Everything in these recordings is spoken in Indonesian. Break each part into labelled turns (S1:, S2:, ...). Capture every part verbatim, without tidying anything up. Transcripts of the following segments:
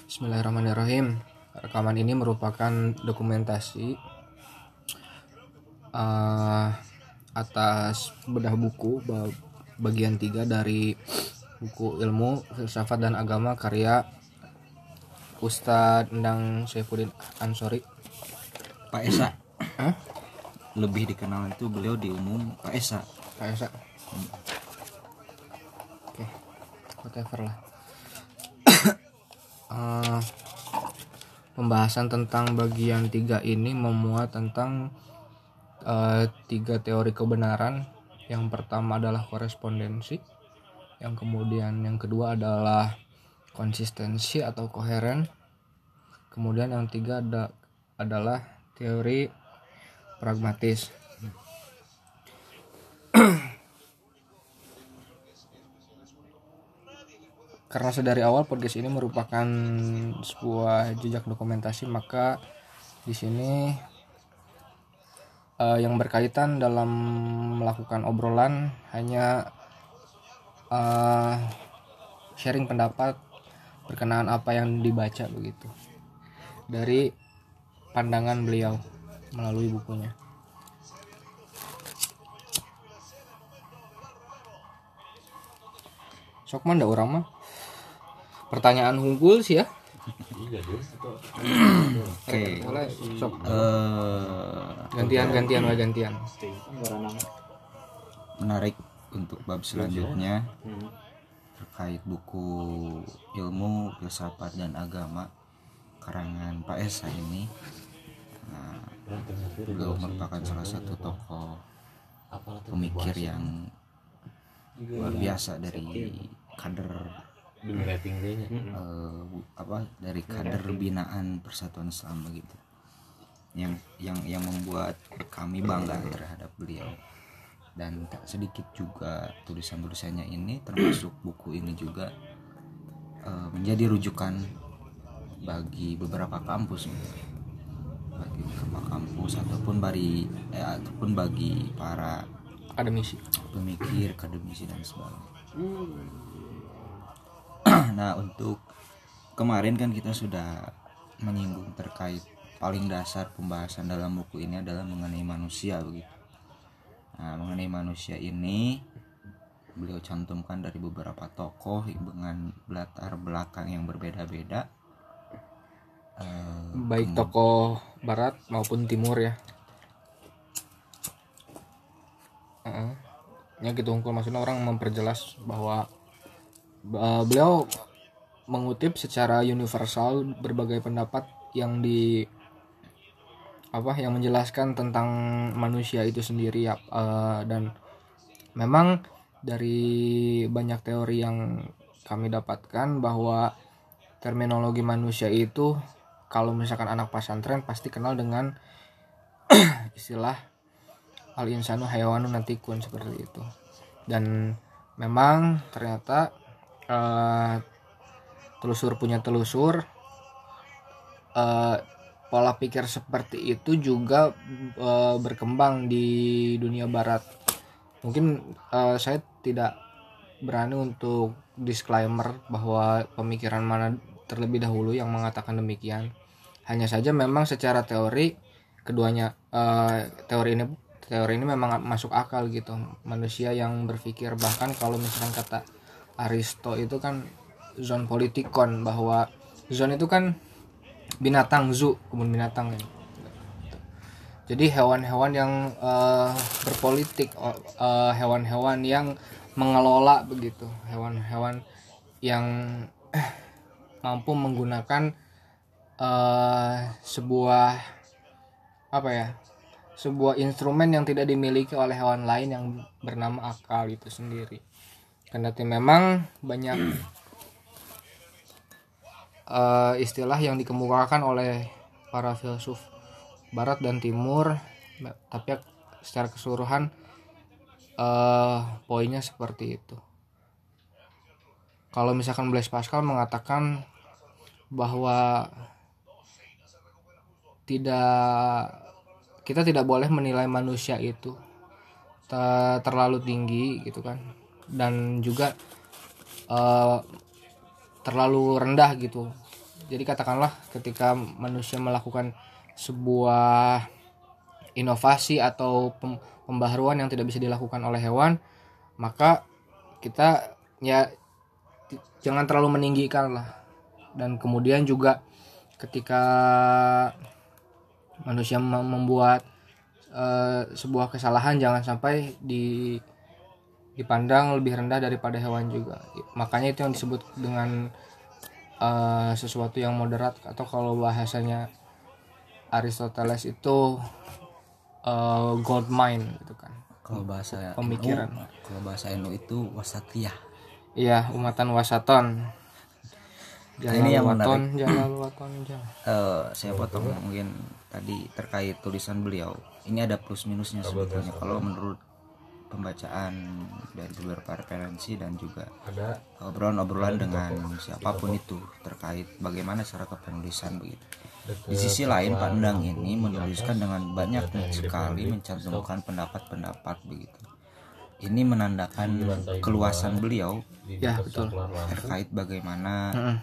S1: Bismillahirrahmanirrahim. Rekaman ini merupakan dokumentasi uh, atas bedah buku bagian tiga dari buku Ilmu, Filsafat dan Agama karya Ustadz Endang Saifuddin Ansori.
S2: Pak Esa.
S1: Hah?
S2: Lebih dikenal itu beliau di umum Pak Esa.
S1: Pak Esa. Hmm. Oke, okay. Whatever lah. uh, Pembahasan tentang bagian tiga ini memuat tentang uh, tiga teori kebenaran. Yang pertama adalah korespondensi, yang kemudian yang kedua adalah konsistensi atau koheren, kemudian yang tiga ada, adalah teori pragmatis. Karena sedari awal podcast ini merupakan sebuah jejak dokumentasi, maka di sini uh, yang berkaitan dalam melakukan obrolan hanya uh, sharing pendapat berkenaan apa yang dibaca begitu dari pandangan beliau melalui bukunya. Sok manda orang mah pertanyaan unggul sih ya.
S2: Oke.
S1: Sok.
S2: Uh,
S1: gantian gantian wae gantian.
S2: Menarik untuk bab selanjutnya terkait buku Ilmu, Filsafat dan Agama karangan Pak Esa ini. Nah, beliau merupakan salah satu tokoh pemikir yang luar biasa dari kader uh, apa dari kader binaan Persatuan Islam begitu, yang yang yang membuat kami bangga terhadap beliau. Dan tak sedikit juga tulisan-tulisannya ini, termasuk buku ini juga uh, menjadi rujukan bagi beberapa kampus, bagi beberapa kampus ataupun bagi eh, ataupun bagi para
S1: akademisi,
S2: pemikir, akademisi dan sebagainya. Nah, untuk kemarin kan kita sudah menyinggung terkait paling dasar pembahasan dalam buku ini adalah mengenai manusia begitu. Nah, mengenai manusia ini beliau cantumkan dari beberapa tokoh dengan latar belakang yang berbeda-beda,
S1: uh, baik tokoh barat maupun timur ya. Uh, ya gitu unggul, maksudnya orang memperjelas bahwa uh, beliau mengutip secara universal berbagai pendapat yang di apa yang menjelaskan tentang manusia itu sendiri ya, uh, dan memang dari banyak teori yang kami dapatkan bahwa terminologi manusia itu kalau misalkan anak pesantren pasti kenal dengan istilah al-insanu hayawanun natikun seperti itu. Dan memang ternyata uh, telusur punya telusur uh, pola pikir seperti itu juga uh, berkembang di dunia barat. Mungkin uh, saya tidak berani untuk disclaimer bahwa pemikiran mana terlebih dahulu yang mengatakan demikian. Hanya saja memang secara teori keduanya uh, teori ini teori ini memang masuk akal gitu. Manusia yang berpikir, bahkan kalau misalkan kata Aristo itu kan zon politikon, bahwa zon itu kan binatang, zoo, kebun binatang ya. Jadi hewan-hewan yang uh, berpolitik, uh, hewan-hewan yang mengelola begitu, hewan-hewan yang eh, mampu menggunakan uh, sebuah apa ya, sebuah instrumen yang tidak dimiliki oleh hewan lain yang bernama akal itu sendiri. Karena memang banyak Uh, istilah yang dikemukakan oleh para filsuf barat dan timur, tapi secara keseluruhan uh, poinnya seperti itu. Kalau misalkan Blaise Pascal mengatakan bahwa tidak kita tidak boleh menilai manusia itu ter- terlalu tinggi gitu kan, dan juga uh, terlalu rendah gitu Jadi katakanlah ketika manusia melakukan sebuah inovasi atau pem- pembaharuan yang tidak bisa dilakukan oleh hewan, maka kita ya t- jangan terlalu meninggikan lah. Dan kemudian juga ketika manusia mem- membuat uh, sebuah kesalahan, jangan sampai di dipandang lebih rendah daripada hewan juga. Makanya itu yang disebut dengan uh, sesuatu yang moderat, atau kalau bahasanya Aristoteles itu uh, gold mine gitu kan.
S2: Kalau bahasa
S1: Pemikiran.
S2: N U, kalau bahasa N U itu wasatiyah.
S1: Iya, umatan wasaton.
S2: Nah, ini yang
S1: waton,
S2: menarik.
S1: jangan waton, jangan.
S2: Uh, saya potong mungkin tadi terkait tulisan beliau. Ini ada plus minusnya sebetulnya. Kalau menurut pembacaan dari beberapa referensi dan juga obrolan-obrolan dengan siapapun itu terkait bagaimana cara kepenulisan begitu. Di sisi lain Pak Endang ini menuliskan dengan banyak sekali mencantumkan pendapat-pendapat begitu. Ini menandakan keluasan beliau
S1: ya betul
S2: terkait bagaimana uh,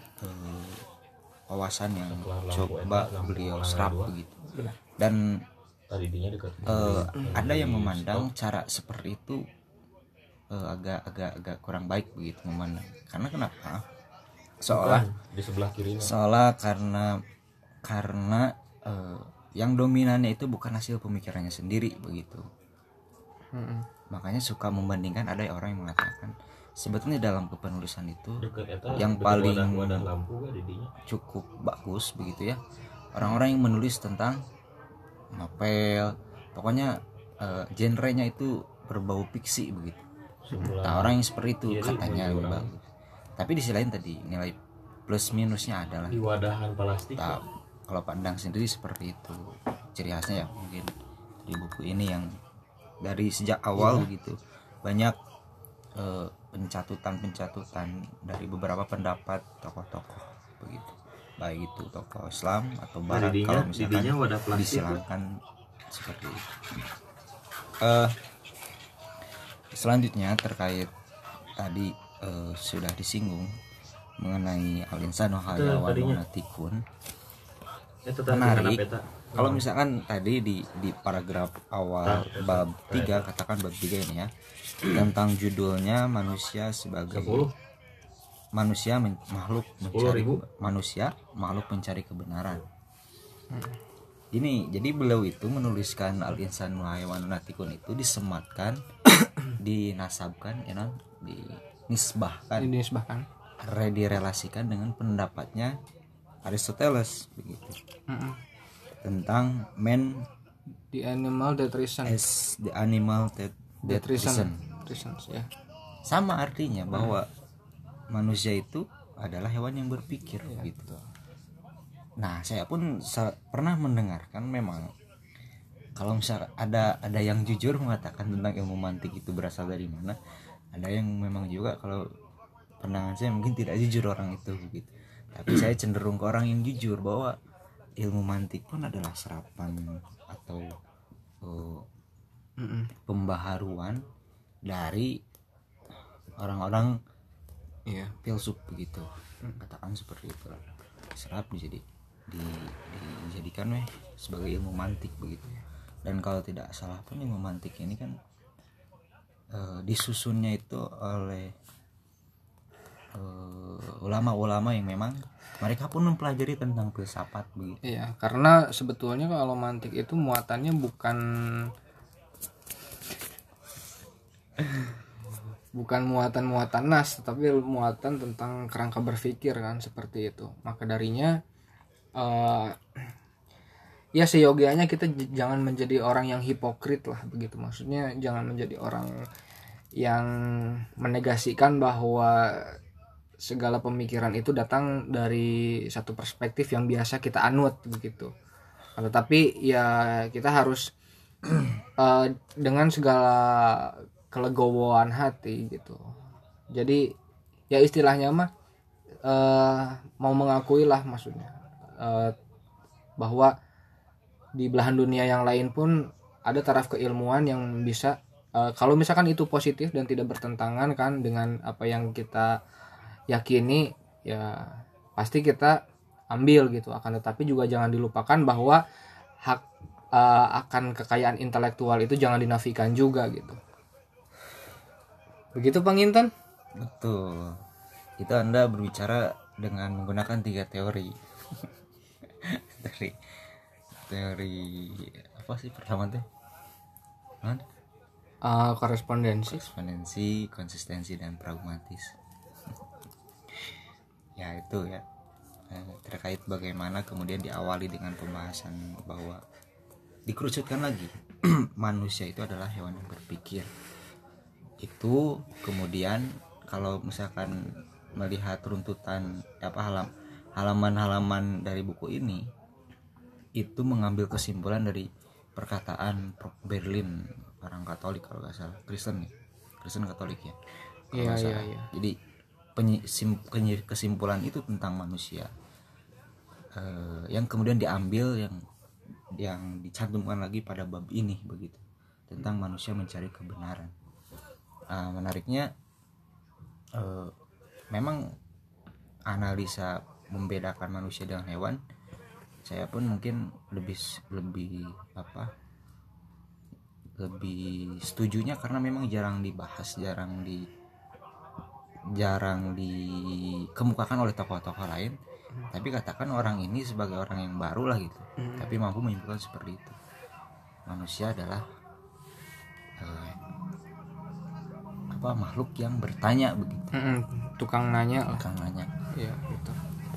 S2: wawasan yang coba beliau serap begitu. Dan Uh, ada yang memandang cara seperti itu uh, agak agak agak kurang baik begitu memandang. Karena kenapa? Seolah
S3: di sebelah kiri.
S2: Seolah karena karena uh, yang dominannya itu bukan hasil pemikirannya sendiri begitu. Hmm. Makanya suka membandingkan, ada orang yang mengatakan sebetulnya dalam kepenulisan itu eta, yang paling wadah, wadah lampu cukup bagus begitu ya. Orang-orang yang menulis tentang novel, pokoknya uh, genrenya itu berbau fiksi begitu. Nah, orang yang seperti itu katanya lebih bagus. Tapi di sisi lain tadi nilai plus minusnya adalah
S3: di wadahan plastik.
S2: Nah, kalau Pak Endang sendiri seperti itu ciri khasnya ya, mungkin di buku ini yang dari sejak awal ya. Gitu banyak uh, pencatutan-pencatutan dari beberapa pendapat tokoh-tokoh begitu. Baik itu tokoh Islam atau Barat, didinya, kalau misalkan disilangkan seperti itu. Uh, selanjutnya terkait tadi uh, sudah disinggung mengenai al-insanu hayawanun natikun. Menarik. Kalau misalkan tadi di di paragraf awal bab tiga, katakan bab tiga ini ya, tentang judulnya manusia sebagai manusia men, makhluk mencari manusia makhluk mencari kebenaran. Hmm. Ini jadi beliau itu menuliskan al-insanu hayawanun natikun itu disematkan, dinasabkan, ya non, dinisbahkan,
S1: dinisbahkan,
S2: direlasikan dengan pendapatnya Aristoteles begitu. Hmm. Tentang man
S1: the animal that reason
S2: as the animal that, that, that reason.
S1: reason ya.
S2: Sama artinya bahwa hmm. manusia itu adalah hewan yang berpikir ya, gitu. Nah, saya pun pernah mendengarkan memang kalau misal ada ada yang jujur mengatakan tentang ilmu mantik itu berasal dari mana, ada yang memang juga kalau pandangan saya mungkin tidak jujur orang itu gitu. Tapi saya cenderung ke orang yang jujur bahwa ilmu mantik pun adalah serapan atau uh, pembaharuan dari orang-orang iya, filsuf begitu, katakan seperti itu. Serap menjadi di, dijadikan weh sebagai ilmu mantik begitu. Dan kalau tidak salah pun ilmu mantik ini kan e, disusunnya itu oleh e, ulama-ulama yang memang mereka pun mempelajari tentang filsafat begitu.
S1: Iya, karena sebetulnya kalau mantik itu muatannya bukan bukan muatan-muatan nas, tetapi muatan tentang kerangka berpikir kan, seperti itu. Maka darinya uh, ya seyogianya kita j- jangan menjadi orang yang hipokrit lah begitu. Maksudnya jangan menjadi orang yang menegasikan bahwa segala pemikiran itu datang dari satu perspektif yang biasa kita anut begitu. Tetapi ya kita harus uh, dengan segala kelegowoan hati gitu. Jadi ya istilahnya mah uh, mau mengakui lah maksudnya uh, bahwa di belahan dunia yang lain pun ada taraf keilmuan yang bisa uh, kalau misalkan itu positif dan tidak bertentangan kan dengan apa yang kita yakini, ya pasti kita diambil gitu. Akan tetapi juga jangan dilupakan bahwa hak uh, akan kekayaan intelektual itu jangan dinafikan juga gitu. Begitu Bang Intan?
S2: Betul. Itu Anda berbicara dengan menggunakan tiga teori. Dari teori apa sih pertama tuh? Hah?
S1: Uh, korespondensi.
S2: Korespondensi, konsistensi dan pragmatis. Ya itu ya. Terkait bagaimana kemudian diawali dengan pembahasan bahwa dikerucutkan lagi manusia itu adalah hewan yang berpikir. Itu kemudian kalau misalkan melihat runtutan apa halam, halaman-halaman dari buku ini itu mengambil kesimpulan dari perkataan Berlin, orang Katolik kalau nggak salah, Kristen nih, Kristen Katolik ya.
S1: Iya iya iya.
S2: Jadi kesimpulan itu tentang manusia. Uh, yang kemudian diambil yang yang dicantumkan lagi pada bab ini begitu tentang manusia mencari kebenaran. Uh, menariknya uh, memang analisa membedakan manusia dengan hewan, saya pun mungkin lebih lebih apa lebih setujunya karena memang jarang dibahas, jarang di jarang dikemukakan oleh tokoh-tokoh lain. Tapi katakan orang ini sebagai orang yang baru lah gitu, hmm. tapi mampu menyimpulkan seperti itu. Manusia adalah eh, apa makhluk yang bertanya begitu.
S1: Hmm, tukang nanya.
S2: Tukang nanya.
S1: Iya gitu.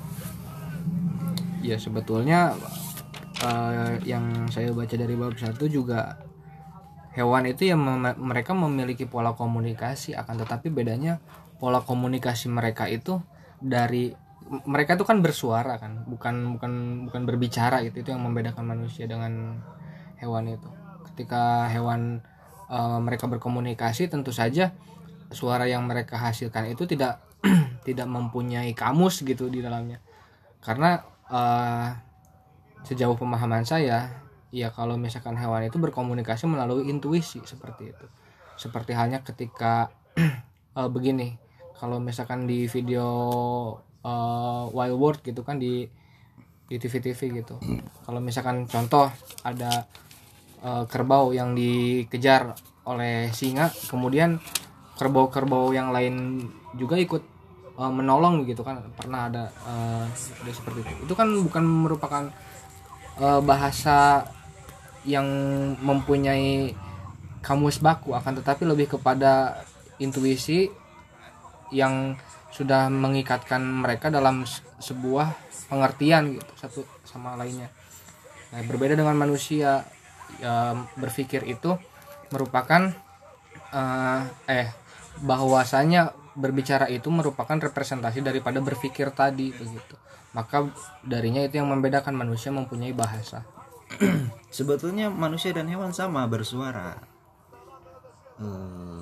S1: Ya sebetulnya uh, yang saya baca dari bab satu juga hewan itu ya mem- mereka memiliki pola komunikasi, akan tetapi bedanya pola komunikasi mereka itu dari mereka itu kan bersuara kan, bukan bukan bukan berbicara gitu. Itu yang membedakan manusia dengan hewan itu. Ketika hewan e, mereka berkomunikasi, tentu saja suara yang mereka hasilkan itu tidak tidak mempunyai kamus gitu di dalamnya. Karena e, sejauh pemahaman saya, ya kalau misalkan hewan itu berkomunikasi melalui intuisi seperti itu. Seperti halnya ketika e, begini, kalau misalkan di video Uh, Wild World gitu kan di di T V-T V gitu. Kalau misalkan contoh ada uh, kerbau yang dikejar oleh singa, kemudian kerbau-kerbau yang lain juga ikut uh, menolong gitu kan. Pernah ada uh, seperti itu. Itu kan bukan merupakan uh, bahasa yang mempunyai kamus baku, akan tetapi lebih kepada intuisi yang sudah mengikatkan mereka dalam sebuah pengertian gitu satu sama lainnya. Nah, berbeda dengan manusia, ya, berpikir itu merupakan uh, eh bahwasanya berbicara itu merupakan representasi daripada berpikir tadi begitu. Maka darinya itu yang membedakan manusia mempunyai bahasa.
S2: Sebetulnya manusia dan hewan sama bersuara. Uh...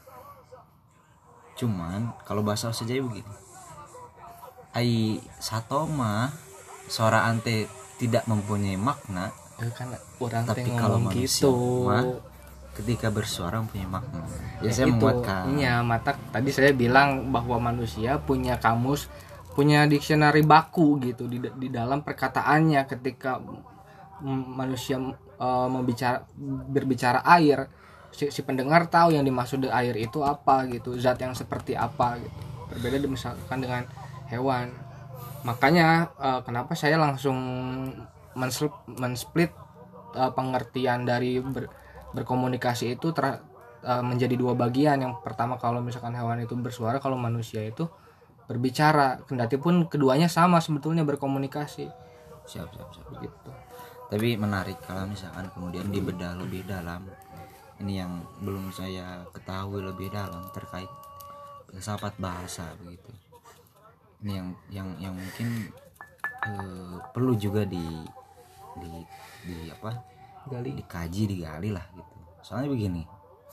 S2: Cuman kalau bahasa saja begini, ai satoma suara ante tidak mempunyai makna,
S1: eh, kan orang
S2: tapi kalau manusia gitu. Mah, ketika bersuara mempunyai makna. Ya, ya saya membuatkan.
S1: Iya, mata tadi saya bilang bahwa manusia punya kamus, punya dictionary baku gitu di di dalam perkataannya. Ketika manusia uh, membicara berbicara air, Si, si pendengar tahu yang dimaksud air itu apa gitu, zat yang seperti apa gitu. Berbeda misalkan dengan hewan. Makanya uh, kenapa saya langsung men-split uh, pengertian dari ber, berkomunikasi itu ter, uh, menjadi dua bagian. Yang pertama kalau misalkan hewan itu bersuara, kalau manusia itu berbicara. Kendati pun keduanya sama sebetulnya berkomunikasi.
S2: Siap siap siap
S1: gitu.
S2: Tapi menarik kalau misalkan kemudian dibedah lebih dalam. Ini yang belum saya ketahui lebih dalam terkait filsafat bahasa begitu. Ini yang yang yang mungkin eh, perlu juga di di di apa?
S1: Gali.
S2: Dikaji, digali lah gitu. Soalnya begini.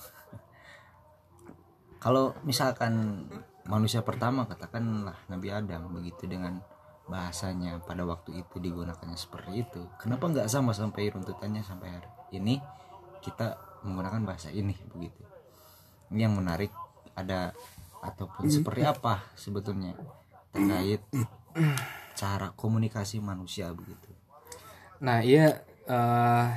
S2: Kalau misalkan manusia pertama katakanlah Nabi Adam begitu, dengan bahasanya pada waktu itu digunakannya seperti itu, kenapa nggak sama sampai runtutannya sampai hari ini kita menggunakan bahasa ini begitu. Ini yang menarik, ada ataupun seperti apa sebetulnya terkait cara komunikasi manusia begitu.
S1: Nah iya uh,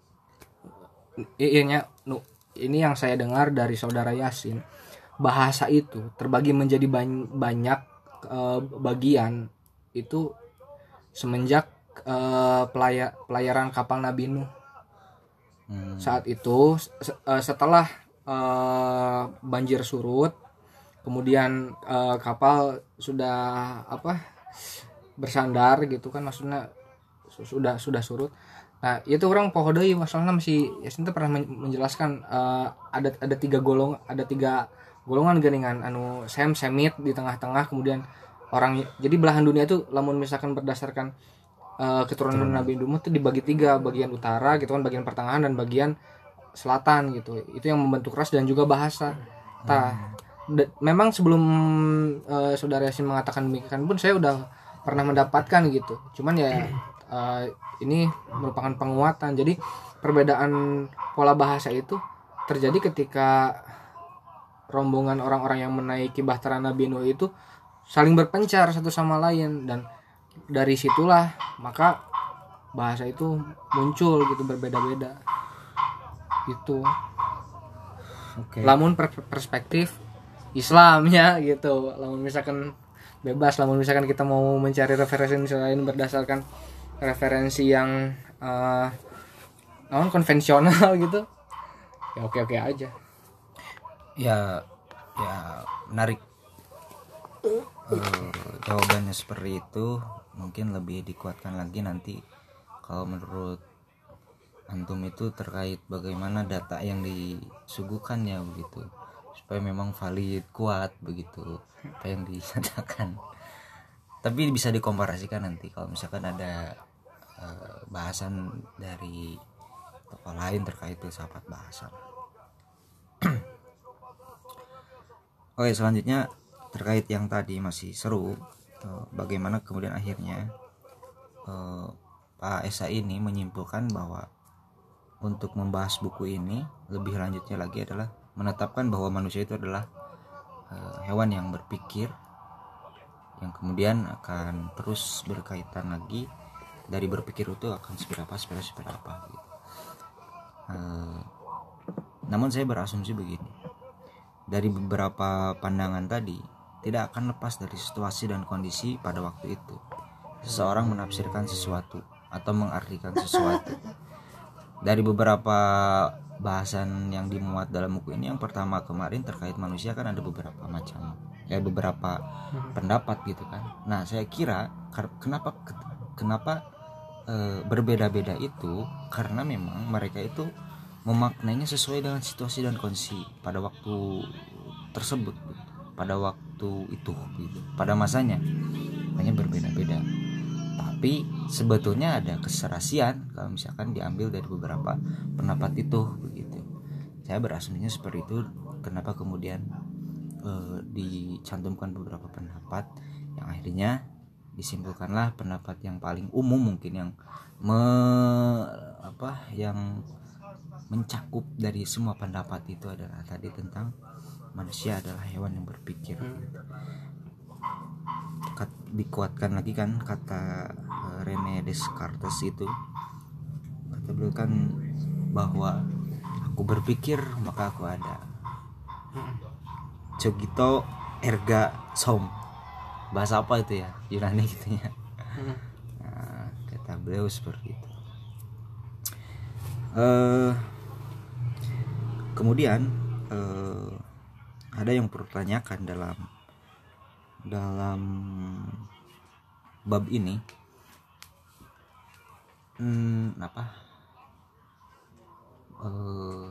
S1: iya ini yang saya dengar dari saudara Yasin, bahasa itu terbagi menjadi banyak uh, bagian itu semenjak uh, pelayar, pelayaran kapal Nabi Nuh. Hmm. Saat itu uh, setelah uh, banjir surut, kemudian uh, kapal sudah apa bersandar gitu kan, maksudnya sudah sudah surut. Nah itu orang pohodoi masalahnya masih Yasin itu pernah menjelaskan uh, ada ada tiga golong ada tiga golongan geningan anu sem semit di tengah-tengah, kemudian orang jadi belahan dunia itu lamun misalkan berdasarkan uh, keturunan Nabi Nuh itu dibagi tiga, bagian utara gitu kan, bagian pertengahan dan bagian selatan gitu. Itu yang membentuk ras dan juga bahasa. Nah d- memang sebelum uh, saudara Yasin mengatakan demikian pun saya udah pernah mendapatkan gitu, cuman ya uh, ini merupakan penguatan. Jadi perbedaan pola bahasa itu terjadi ketika rombongan orang-orang yang menaiki bahtera Nabi Nuh itu saling berpencar satu sama lain, dan dari situlah maka bahasa itu muncul gitu, berbeda-beda gitu. Okay. Lamun per- perspektif Islamnya gitu, lamun misalkan bebas, lamun misalkan kita mau mencari referensi lain berdasarkan referensi yang uh, non konvensional gitu, ya oke oke aja.
S2: Ya ya menarik. Uh, jawabannya seperti itu, mungkin lebih dikuatkan lagi nanti kalau menurut antum itu terkait bagaimana data yang disuguhkannya begitu, supaya memang valid, kuat begitu apa yang dinyatakan. Tapi bisa dikomparasikan nanti kalau misalkan ada uh, bahasan dari tokoh lain terkait filsafat bahasa. Oke, selanjutnya terkait yang tadi masih seru, uh, bagaimana kemudian akhirnya uh, Pak Esa ini menyimpulkan bahwa untuk membahas buku ini lebih lanjutnya lagi adalah menetapkan bahwa manusia itu adalah uh, hewan yang berpikir, yang kemudian akan terus berkaitan lagi dari berpikir itu akan seberapa seberapa seberapa gitu. Uh, namun saya berasumsi begini, dari beberapa pandangan tadi tidak akan lepas dari situasi dan kondisi pada waktu itu. Seseorang menafsirkan sesuatu atau mengartikan sesuatu. Dari beberapa bahasan yang dimuat dalam buku ini, yang pertama kemarin terkait manusia kan ada beberapa macam, ya beberapa pendapat gitu kan. Nah saya kira kenapa kenapa e, berbeda-beda itu karena memang mereka itu memaknainya sesuai dengan situasi dan kondisi pada waktu tersebut, pada waktu itu gitu, pada masanya, makanya berbeda-beda. Tapi sebetulnya ada keserasian kalau misalkan diambil dari beberapa pendapat itu begitu. Saya berasumsinya seperti itu. Kenapa kemudian e, dicantumkan beberapa pendapat yang akhirnya disimpulkanlah pendapat yang paling umum mungkin, yang me, apa yang mencakup dari semua pendapat itu adalah tadi tentang manusia adalah hewan yang berpikir. Dikuatkan lagi kan kata Rene Descartes itu, kata beliau kan bahwa aku berpikir maka aku ada, cogito erga sum, bahasa apa itu ya, Yunani gitu ya. Nah, kata beliau seperti itu. Uh, kemudian uh, ada yang perlu tanyakan dalam dalam bab ini, hmm, apa uh,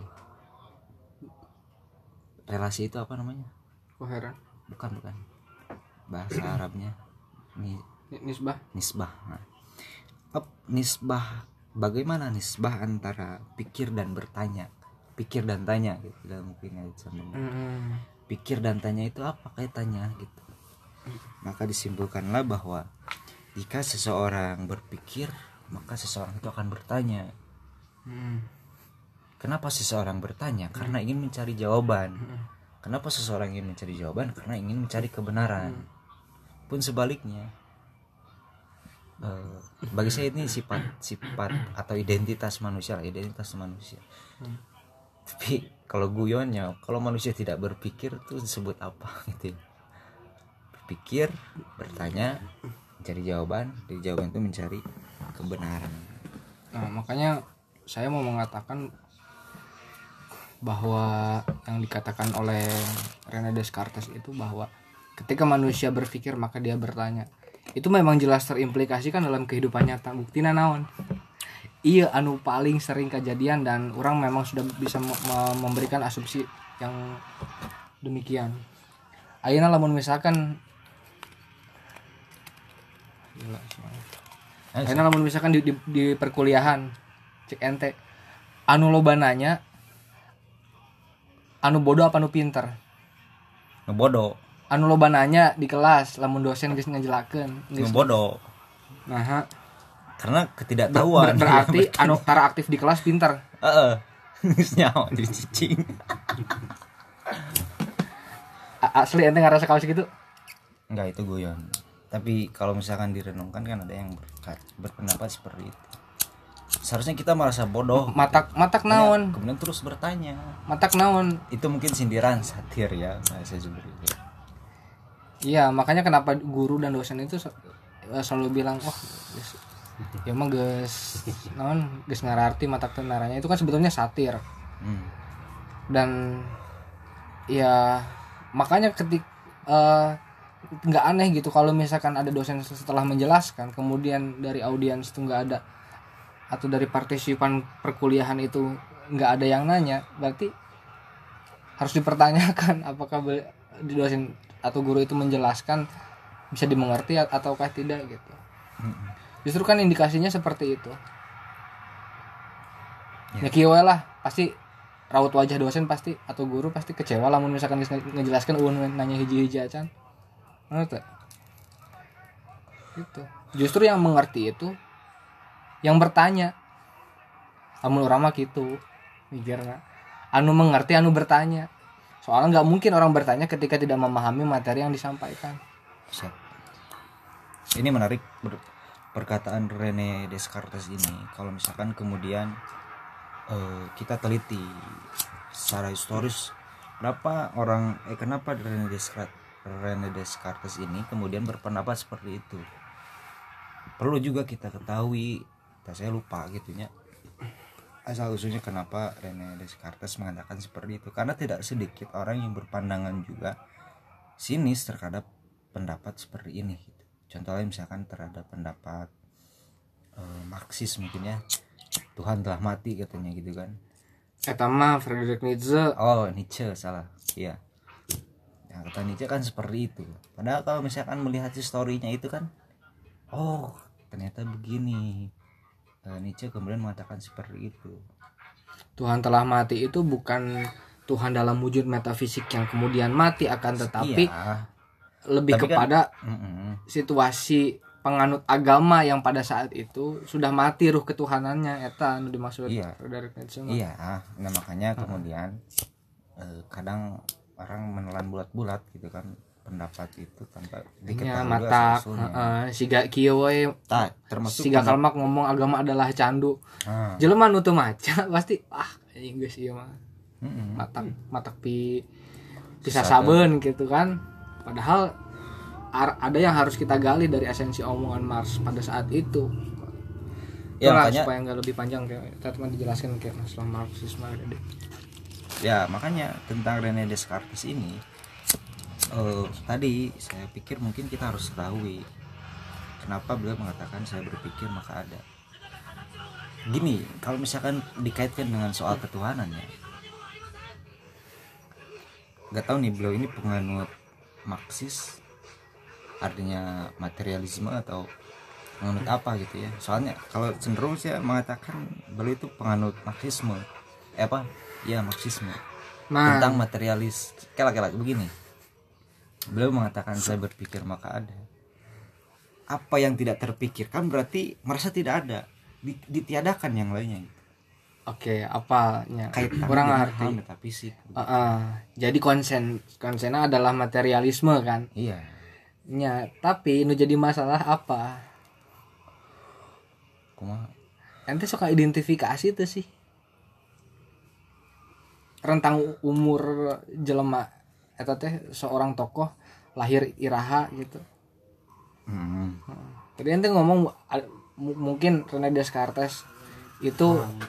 S2: relasi itu apa namanya?
S1: Koheren?
S2: Bukan bukan. Bahasa Arabnya Ni,
S1: nisbah.
S2: Nisbah. Nah, up, nisbah. Bagaimana nisbah antara pikir dan bertanya, pikir dan tanya gitu dalam mungkin itu. Hmm. Pikir dan tanya itu apa kaitannya gitu? Maka disimpulkanlah bahwa jika seseorang berpikir, maka seseorang itu akan bertanya. Hmm. Kenapa seseorang bertanya? Karena ingin mencari jawaban. Hmm. Kenapa seseorang ingin mencari jawaban? Karena ingin mencari kebenaran. Hmm. Pun sebaliknya, uh, bagi saya ini sifat sifat atau identitas manusia lah, identitas manusia. Hmm. Tapi kalau guyonnya, kalau manusia tidak berpikir itu disebut apa gitu ya? Berpikir, bertanya, mencari jawaban, dari jawaban itu mencari kebenaran.
S1: Nah, makanya saya mau mengatakan bahwa yang dikatakan oleh René Descartes itu bahwa ketika manusia berpikir maka dia bertanya. Itu memang jelas terimplikasikan dalam kehidupan nyata. Buktina naon? Iya, anu paling sering kejadian dan orang memang sudah bisa m- memberikan asumsi yang demikian. Ayeuna lamun misalkan Gila, Ayeuna lamun misalkan di, di, di perkuliahan cek ente anu loba nanya anu bodoh apa anu pinter?
S2: Nu bodoh.
S1: Anu loba nanya di kelas lamun dosen geus ngajelakeun
S2: Nu bodoh.
S1: Nah,
S2: karena ketidaktahuan.
S1: Ber- berarti anu tara aktif di kelas pinter.
S2: Heeh. Geus nyaho di cicing.
S1: Asli ente ngerasa kaos gitu?
S2: Enggak, itu guyon. Tapi kalau misalkan direnungkan kan ada yang berkat, berpendapat seperti itu. Seharusnya kita merasa bodoh.
S1: Matak matak naon?
S2: Kemudian terus bertanya.
S1: Matak naon?
S2: Itu mungkin sindiran satir ya, saya seperti itu.
S1: Iya, makanya kenapa guru dan dosen itu selalu bilang, "Wah, geus ya mah geus naon geus ngararti matak teu naranya." Itu kan sebetulnya satir. Hmm. Dan ya makanya ketik uh, nggak aneh gitu kalau misalkan ada dosen setelah menjelaskan kemudian dari audiens itu nggak ada atau dari partisipan perkuliahan itu nggak ada yang nanya, berarti harus dipertanyakan apakah di dosen atau guru itu menjelaskan bisa dimengerti ataukah tidak gitu. Justru kan indikasinya seperti itu. Ya kieu lah pasti raut wajah dosen pasti atau guru pasti kecewa lamun misalkan ngejelaskan uun nanya hiji-hiji acan. Ngerti? Gitu. Justru yang mengerti itu yang bertanya. Lamun urang mah kitu mikirna. Anu mengerti anu bertanya. Soalnya nggak mungkin orang bertanya ketika tidak memahami materi yang disampaikan.
S2: Siap. Ini menarik ber- perkataan René Descartes ini. Kalau misalkan kemudian uh, kita teliti secara historis, kenapa orang eh kenapa René Descartes René Descartes ini kemudian berpendapat seperti itu? Perlu juga kita ketahui, saya lupa gitunya. Asal usulnya kenapa René Descartes mengatakan seperti itu, karena tidak sedikit orang yang berpandangan juga sinis terhadap pendapat seperti ini gitu. Contohnya misalkan terhadap pendapat uh, Marxis mungkin ya, Tuhan telah mati katanya gitu kan.
S1: Eta mah Friedrich Nietzsche.
S2: Oh, Nietzsche salah. Iya. Ya, kata Nietzsche kan seperti itu. Padahal kalau misalkan melihat historinya itu kan, oh ternyata begini. Nietzsche kemudian mengatakan seperti itu.
S1: Tuhan telah mati itu bukan Tuhan dalam wujud metafisik yang kemudian mati, akan tetapi iya, lebih tapi kepada kan, situasi penganut agama yang pada saat itu sudah mati ruh ketuhanannya, eta anu dimaksud
S2: iya,
S1: dari Nietzsche.
S2: Iya, nah makanya kemudian uh, kadang orang menelan bulat-bulat gitu kan pendapat itu tanpa diketahui
S1: mata uh, siga kieu we termasuk siga kalmak ngomong agama adalah candu. Ah. Jelema nu teu maca pasti ah anjing geus ieu mah. Heeh. Matak matak pi bisa sabeun gitu kan. Padahal ar- ada yang harus kita gali dari esensi omongan Marx pada saat itu. Ya itulah, makanya supaya enggak lebih panjang kayak tadi cuma dijelaskan kayak masalah Marxisme tadi.
S2: Ya, makanya tentang René Descartes ini Uh, tadi saya pikir mungkin kita harus ketahui kenapa beliau mengatakan saya berpikir maka ada. Gini, kalau misalkan dikaitkan dengan soal ketuhanan ya, nggak tahu nih beliau ini penganut Marxis, artinya materialisme atau penganut apa gitu ya. Soalnya kalau cenderung saya mengatakan beliau itu penganut Marxisme, eh apa? Ya Marxisme nah. Tentang materialis. Kela-kela begini. Beliau mengatakan saya berpikir maka ada. Apa yang tidak terpikirkan berarti merasa tidak ada, ditiadakan yang lainnya.
S1: Oke, apanya?
S2: Kaitan
S1: kurang ngerti.
S2: Metafisik.
S1: Uh, uh, jadi konsen konsennya adalah materialisme kan?
S2: Iya.
S1: Ya, tapi ini jadi masalah apa?
S2: kumaha
S1: ente suka identifikasi tuh sih rentang umur jelema eta teh seorang tokoh lahir iraha gitu.
S2: hmm.
S1: Tadi ente ngomong a- mu- mungkin René Descartes itu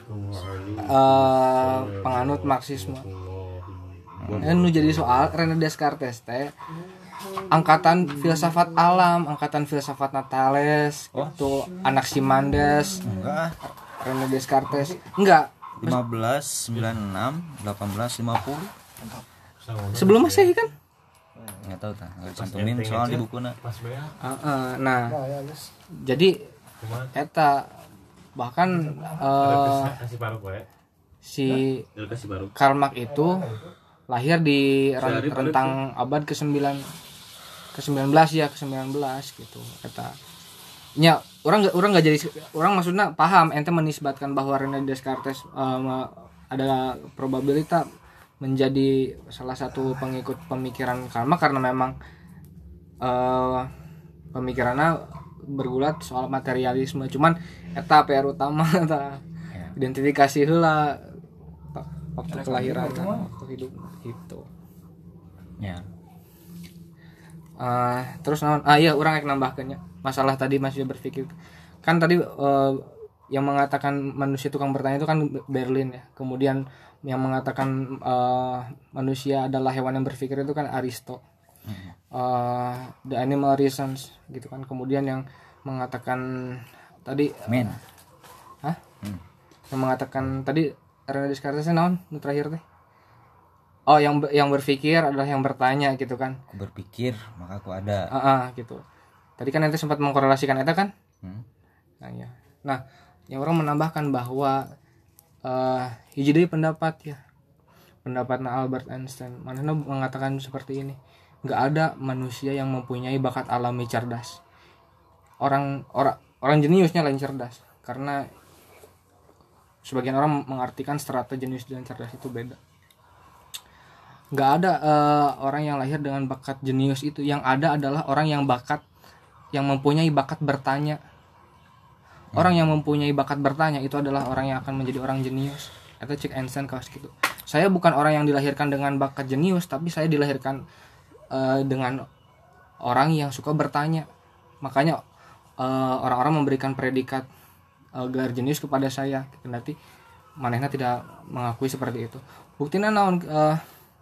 S1: uh, penganut Marxisme. Dan nu jadi soal René Descartes teh angkatan filsafat alam, angkatan filsafat Natales,
S2: Oh.
S1: itu Anaximandes,
S2: enggak
S1: René Descartes. Enggak,
S2: lima belas sembilan puluh enam delapan belas lima puluh
S1: sebelum Masehi kan?
S2: nggak tahu tah nggak dicantumin soal di bukunya.
S3: Pas bea.
S1: Uh, uh, nah, jadi eta bahkan uh,
S3: Kasih paruh we.
S1: si
S3: Kasih paruh.
S1: Karl Marx itu lahir di ren- rentang abad ke sembilan ke sembilan belas ya ke sembilan belas gitu kata nya orang nggak orang nggak jadi orang maksudnya paham ente menisbatkan bahwa René Descartes um, ada probabilitas menjadi salah satu pengikut pemikiran Karl Marx karena memang uh, pemikirannya bergulat soal materialisme cuman eta P R utama eta
S2: Ya.
S1: identifikasi heula waktu kelahiran waktu hidup itu.
S2: Ya.
S1: Uh, terus naon ah iya orang yang nambahkannya masalah tadi masih berpikir kan tadi uh, yang mengatakan manusia tukang bertanya itu kan Berlin ya kemudian yang mengatakan uh, manusia adalah hewan yang berpikir itu kan Aristo uh, The Animal Reasons gitu kan kemudian yang mengatakan tadi
S2: Men.
S1: hah
S2: Hmm.
S1: yang mengatakan tadi René Descartes naon nu terakhir teh oh yang yang berpikir adalah yang bertanya gitu kan.
S2: Aku berpikir maka aku ada.
S1: Ah, ah, gitu. Tadi kan ente sempat mengkorelasikan eta kan?
S2: Hmm.
S1: Nah, ya. Nah, yang orang menambahkan bahwa uh, hiji deui pendapat ya. Pendapatnya Albert Einstein. Manehna mengatakan seperti ini. Enggak ada manusia yang mempunyai bakat alami cerdas. Orang orang orang jeniusnya lain cerdas karena sebagian orang mengartikan strata jenius dan cerdas itu beda. Nggak ada uh, orang yang lahir dengan bakat jenius itu. Yang ada adalah orang yang bakat yang mempunyai bakat bertanya. Orang yang mempunyai bakat bertanya itu adalah orang yang akan menjadi orang jenius. Itu cek Einstein kaos gitu. Saya bukan orang yang dilahirkan dengan bakat jenius, tapi saya dilahirkan uh, dengan orang yang suka bertanya. Makanya uh, orang-orang memberikan predikat uh, gelar jenius kepada saya. Nanti manehna tidak mengakui seperti itu. Buktinya naon uh,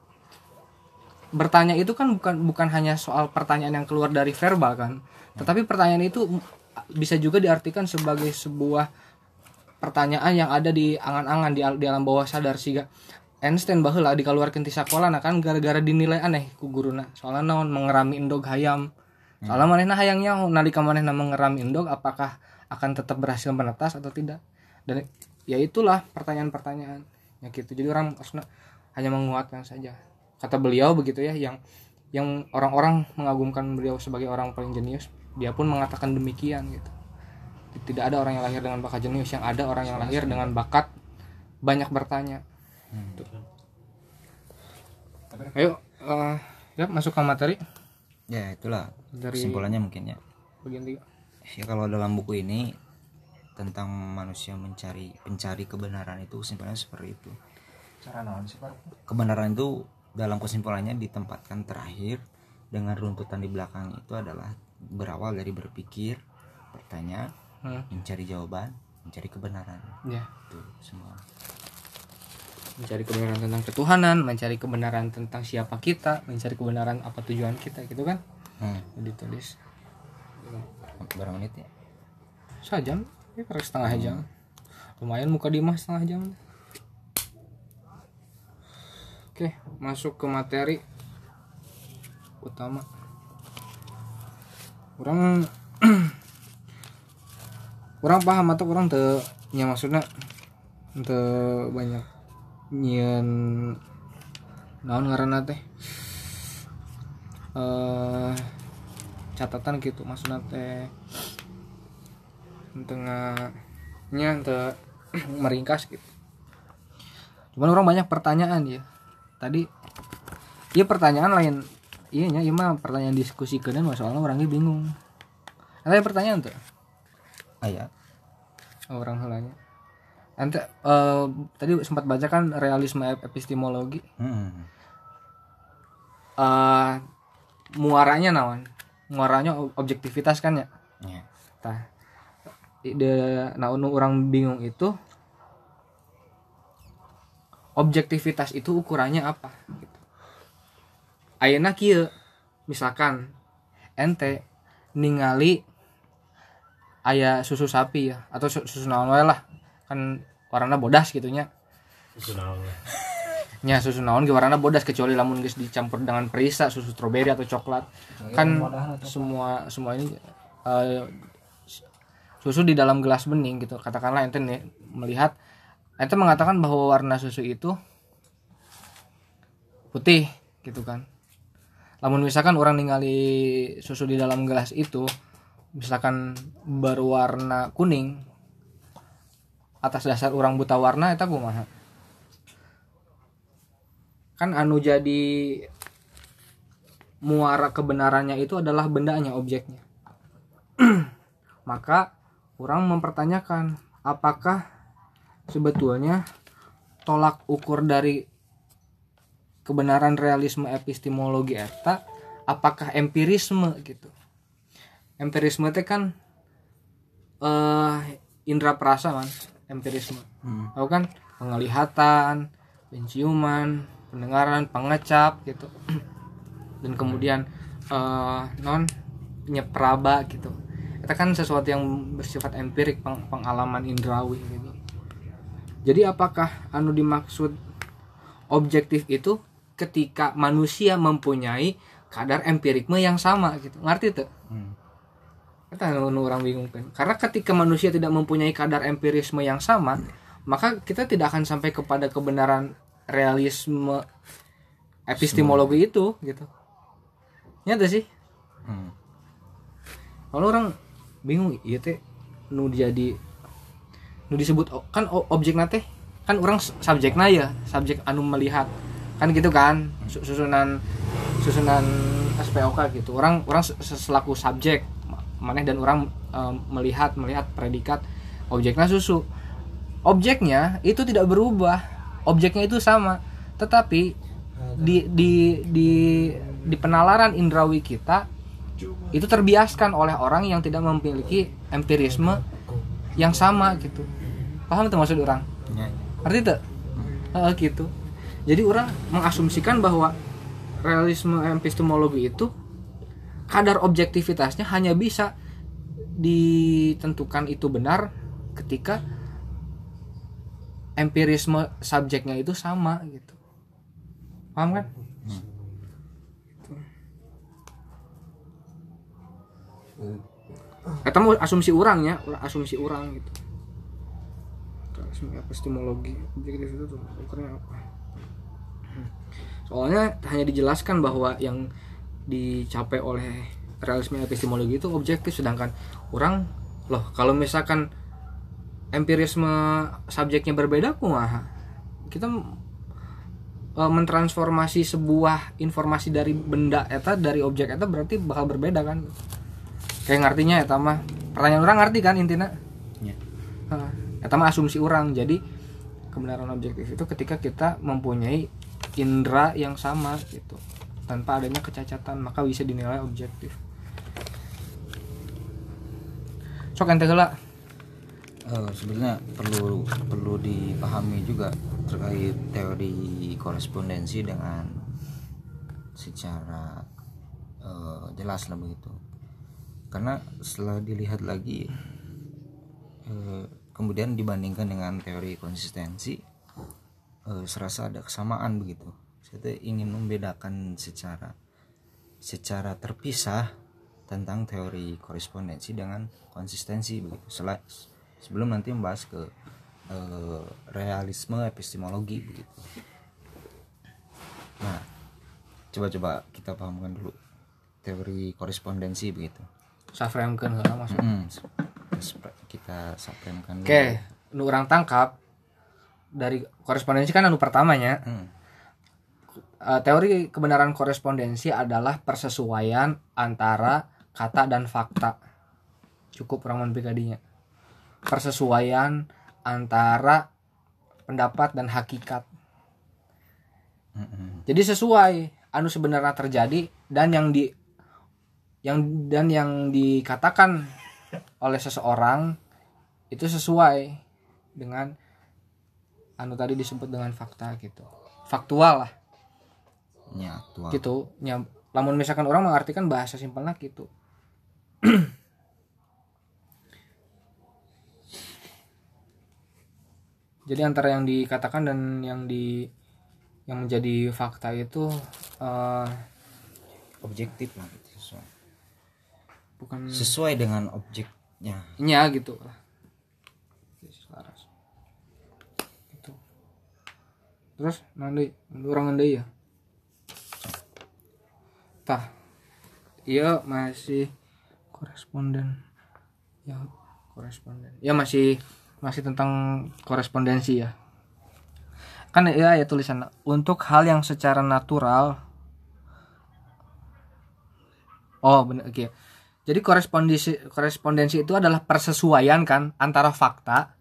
S1: bertanya itu kan bukan bukan hanya soal pertanyaan yang keluar dari verbal kan, tetapi pertanyaan itu bisa juga diartikan sebagai sebuah pertanyaan yang ada di angan-angan di, di alam bawah sadar siga Einstein baheula dikeluarkeun ti sakola nah kan gara-gara dinilai aneh ku guruna soalna naon mengerami endog hayam soalna manehna hayang nyaho nalika manehna mengerami endog apakah akan tetap berhasil menetas atau tidak dan ya itulah pertanyaan-pertanyaan ya gitu jadi orang maksudnya hanya menguatkan saja kata beliau begitu ya yang yang orang-orang mengagumkan beliau sebagai orang paling jenius dia pun mengatakan demikian gitu tidak ada orang yang lahir dengan bakat jenius yang ada orang yang lahir dengan bakat banyak bertanya hmm. Ayo uh, ya masuk ke materi
S2: Ya itulah
S1: dari
S2: kesimpulannya mungkin ya
S1: bagian tiga
S2: ya kalau dalam buku ini tentang manusia mencari pencari kebenaran itu kesimpulannya seperti itu
S1: cara naon sih Pak
S2: kebenaran itu dalam kesimpulannya ditempatkan terakhir dengan runtutan di belakang itu adalah berawal dari berpikir, bertanya, hmm. mencari jawaban, mencari kebenaran.
S1: Ya.
S2: Itu semua.
S1: Mencari kebenaran tentang ketuhanan, mencari kebenaran tentang siapa kita, mencari kebenaran apa tujuan kita, gitu kan? Hmm. Ditulis.
S2: Berapa menit ya?
S1: Sejam, ya per setengah jam. Lumayan muka Dimas setengah jam. Oke, masuk ke materi utama. Orang orang paham atau orang teu nya maksudna teu banyak nyieun naon ngaranna teh eh catatan gitu maksudna teh tengah nya teu meringkas gitu. Cuman orang banyak pertanyaan ya. Tadi iya pertanyaan lain iya nya iya mah pertanyaan diskusi keunan soalnya orangnya bingung ada pertanyaan tuh
S2: ayat
S1: orang helanya. Ente uh, tadi sempat baca kan realisme epistemologi.
S2: Hmm.
S1: Uh, muaranya naon? Muaranya objektivitas kan ya?
S2: Ya.
S1: Tah. De naon orang bingung itu objektivitas itu ukurannya apa gitu. Ayeuna kieu misalkan ente ningali aya susu sapi ya atau susu naon wae lah kan warna bodas gitunya.
S3: Susu naon we.
S1: Nya susu naon ge warna bodas kecuali lamun geus dicampur dengan perisa susu stroberi atau coklat. Kan semua semua ini uh, susu di dalam gelas bening gitu. Katakanlah ente nih melihat ente mengatakan bahwa warna susu itu putih gitu kan. Lamun misalkan orang ningali susu di dalam gelas itu misalkan berwarna kuning atas dasar orang buta warna eta kumaha? Kan anu jadi muara kebenarannya itu adalah bendanya, objeknya. Maka orang mempertanyakan apakah sebetulnya tolak ukur dari kebenaran realisme epistemologi eta apakah empirisme gitu. Empirisme itu kan uh, indera perasa man, empirisme. Hmm. Tahu kan penglihatan, penciuman, pendengaran, pengecap gitu. Dan kemudian uh, non nyepraba gitu. Itu kan sesuatu yang bersifat empirik, peng- pengalaman indrawi gitu. Jadi apakah anu dimaksud objektif itu ketika manusia mempunyai kadar empirikme yang sama gitu. Ngerti tuh? Hmm. Kita orang bingung kan. Karena ketika manusia tidak mempunyai kadar empirisme yang sama, maka kita tidak akan sampai kepada kebenaran realisme epistemologi semua itu gitu. Nyata sih. Hmm. Kalau orang bingung ieu teh nu jadi nu disebut kan objekna teh kan orang subjekna ya, subjek anu melihat. Kan gitu kan, susunan susunan S P O K gitu. Orang orang selaku subjek maneh dan orang e, melihat melihat predikat objeknya susu. Objeknya itu tidak berubah, objeknya itu sama, tetapi di di di di penalaran indrawi kita itu terbiaskan oleh orang yang tidak memiliki empirisme yang sama gitu. Paham tuh maksud orang? Arti tuh e, gitu. Jadi orang mengasumsikan bahwa realisme epistemologi itu kadar objektivitasnya hanya bisa ditentukan itu benar ketika empirisme subjeknya itu sama gitu. Paham kan? Eta mau asumsi orang ya, asumsi orang gitu. Realisme epistemologi objektif itu tuh ukurnya apa? Soalnya hanya dijelaskan bahwa yang dicapai oleh realisme epistemologi itu objektif, sedangkan orang loh kalau misalkan empirisme subjeknya berbeda kumaha kita e, mentransformasi sebuah informasi dari benda eta dari objek eta berarti bakal berbeda kan kayak ngartinya eta mah pertanyaan orang ngerti kan intinya ya. Eta mah asumsi orang. Jadi kebenaran objektif itu ketika kita mempunyai indera yang sama gitu tanpa adanya kecacatan maka bisa dinilai objektif. Sok ente heula.
S2: Uh, sebenarnya perlu perlu dipahami juga terkait teori korespondensi dengan secara uh, jelas lah begitu. Karena setelah dilihat lagi uh, kemudian dibandingkan dengan teori konsistensi uh, serasa ada kesamaan begitu. Saya ingin membedakan secara secara terpisah tentang teori korespondensi dengan konsistensi begitu. Setelah sebelum nanti membahas ke uh, realisme epistemologi begitu. Nah, coba-coba kita pahamkan dulu teori korespondensi begitu.
S1: Safremkeun heula maksudnya.
S2: Mm-hmm. Kita safremkan dulu.
S1: Oke, nu urang tangkap dari korespondensi kan anu pertamanya. Mm. Uh, teori kebenaran korespondensi adalah persesuaian antara kata dan fakta. Cukup orang mun pikadinya. persesuaian antara pendapat dan hakikat.
S2: Mm-mm.
S1: Jadi sesuai anu sebenarnya terjadi dan yang di yang dan yang dikatakan oleh seseorang itu sesuai dengan anu tadi disebut dengan fakta gitu. Faktual lah.
S2: Ya, tua.
S1: Gitu. Ya, lamun misalkan orang mengartikan bahasa simpelnya gitu. Jadi antara yang dikatakan dan yang di yang menjadi fakta itu uh,
S2: Objektif lah gitu, sesuai.
S1: bukan
S2: Sesuai dengan objeknya.
S1: nya gitu lah. Selaras. Gitu. Terus nanti orang nanti ya. Tah. Iya masih koresponden. Ya koresponden. Ya masih masih tentang korespondensi ya. Kan ya ya tulisan untuk hal yang secara natural. Oh benar oke. Okay. Jadi korespondensi korespondensi itu adalah persesuaian kan antara fakta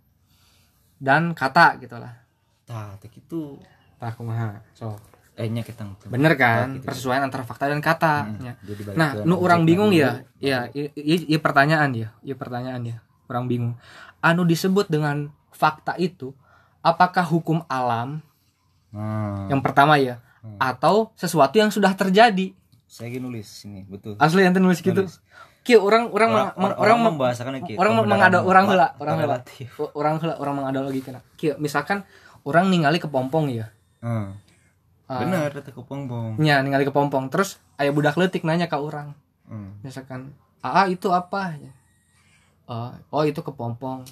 S1: dan kata gitulah.
S2: Tah, tak itu
S1: Tah kumaha. So,
S2: kayaknya kita
S1: bener kan?
S2: gitu.
S1: Persesuaian antara fakta dan kata.
S2: Hmm,
S1: Ya.
S2: jadi balik
S1: Nah,
S2: ke
S1: nu orang
S2: objeknya
S1: bingung
S2: dulu,
S1: ya.
S2: baru-
S1: Ya, iya pertanyaan ya. Iya pertanyaan ya. Orang bingung. Anu disebut dengan fakta itu apakah hukum alam
S2: Nah,
S1: yang pertama ya atau sesuatu yang sudah terjadi?
S2: saya lagi nulis sini, betul.
S1: Asli yang nulis gitu.
S2: Nulis.
S1: Kieu orang orang
S2: Orang-
S1: meng-
S2: orang-
S1: orang
S2: orang
S1: meng-
S2: membahasakan gitu,
S1: orang
S2: kebenaran
S1: mengada orang
S2: mutlak
S1: heula,
S2: atau
S1: orang heula.
S2: relatif.
S1: Orang heula orang mengadalogikeun. Kieu misalkan orang ningali kepompong ya.
S2: Hmm.
S1: Ah.
S2: Bener, kata kepompong.
S1: Nya ningali kepompong terus aya budak leutik nanya ke orang.
S2: Hmm.
S1: Misalkan, "Aa itu apa?" Oh, oh itu kepompong.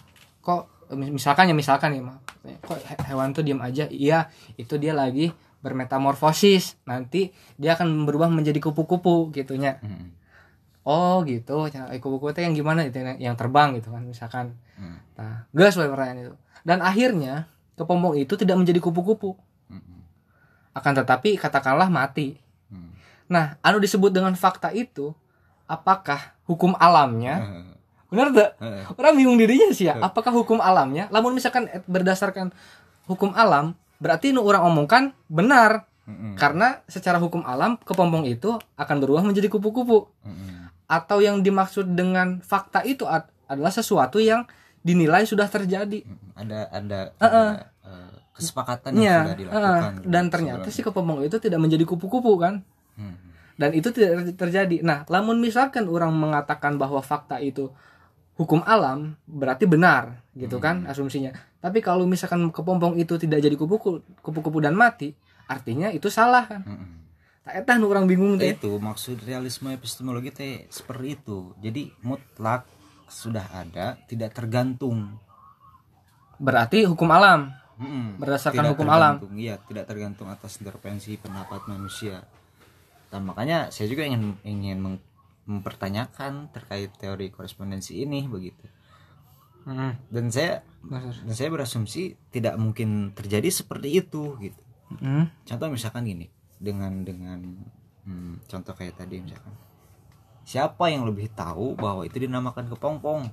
S1: Kok misalkan ya misalkan ya mah. Kok hewan tuh diam aja? Iya, itu dia lagi bermetamorfosis. Nanti dia akan berubah menjadi kupu-kupu gitunya.
S2: Hmm.
S1: Oh gitu, kupu-kupu itu yang gimana itu yang terbang gitu kan misalkan.
S2: Hmm.
S1: Nah, gas wae pertanyaan itu. Dan akhirnya kepompong itu tidak menjadi kupu-kupu.
S2: Hmm.
S1: Akan tetapi katakanlah mati.
S2: Hmm.
S1: Nah, anu disebut dengan fakta itu apakah hukum alamnya?
S2: Hmm.
S1: Benar tak?
S2: Hmm.
S1: Orang bingung dirinya sih ya. Apakah hukum alamnya? Lamun misalkan berdasarkan hukum alam, berarti nu orang omongkan benar.
S2: Hmm.
S1: Karena secara hukum alam kepompong itu akan berubah menjadi kupu-kupu.
S2: Hmm.
S1: Atau yang dimaksud dengan fakta itu ad- adalah sesuatu yang dinilai sudah terjadi.
S2: Ada ada,
S1: Uh-uh.
S2: ada uh, kesepakatan yang
S1: Ya,
S2: sudah dilakukan.
S1: uh, dan ternyata si kepompong itu tidak menjadi kupu-kupu kan?
S2: Hmm.
S1: Dan itu tidak terjadi. Nah, lamun misalkan orang mengatakan bahwa fakta itu hukum alam, berarti benar, gitu kan asumsinya. Tapi kalau misalkan kepompong itu tidak jadi kupu-kupu, kupu-kupu dan mati, artinya itu salah kan?
S2: Hmm.
S1: Tak etah nu orang bingung teh.
S2: Itu maksud realisme epistemologi teh seperti itu. Jadi mutlak sudah ada, tidak tergantung.
S1: Berarti hukum alam.
S2: Mm-mm.
S1: Berdasarkan
S2: Tidak
S1: hukum alam.
S2: tergantung, iya, tidak tergantung atas intervensi pendapat manusia. Dan makanya saya juga ingin ingin meng- mempertanyakan terkait teori korespondensi ini begitu.
S1: Hmm.
S2: Dan saya dan saya berasumsi tidak mungkin terjadi seperti itu gitu.
S1: Hmm.
S2: Contoh misalkan gini, dengan dengan hmm, contoh kayak tadi misalkan, siapa yang lebih tahu bahwa itu dinamakan kepompong?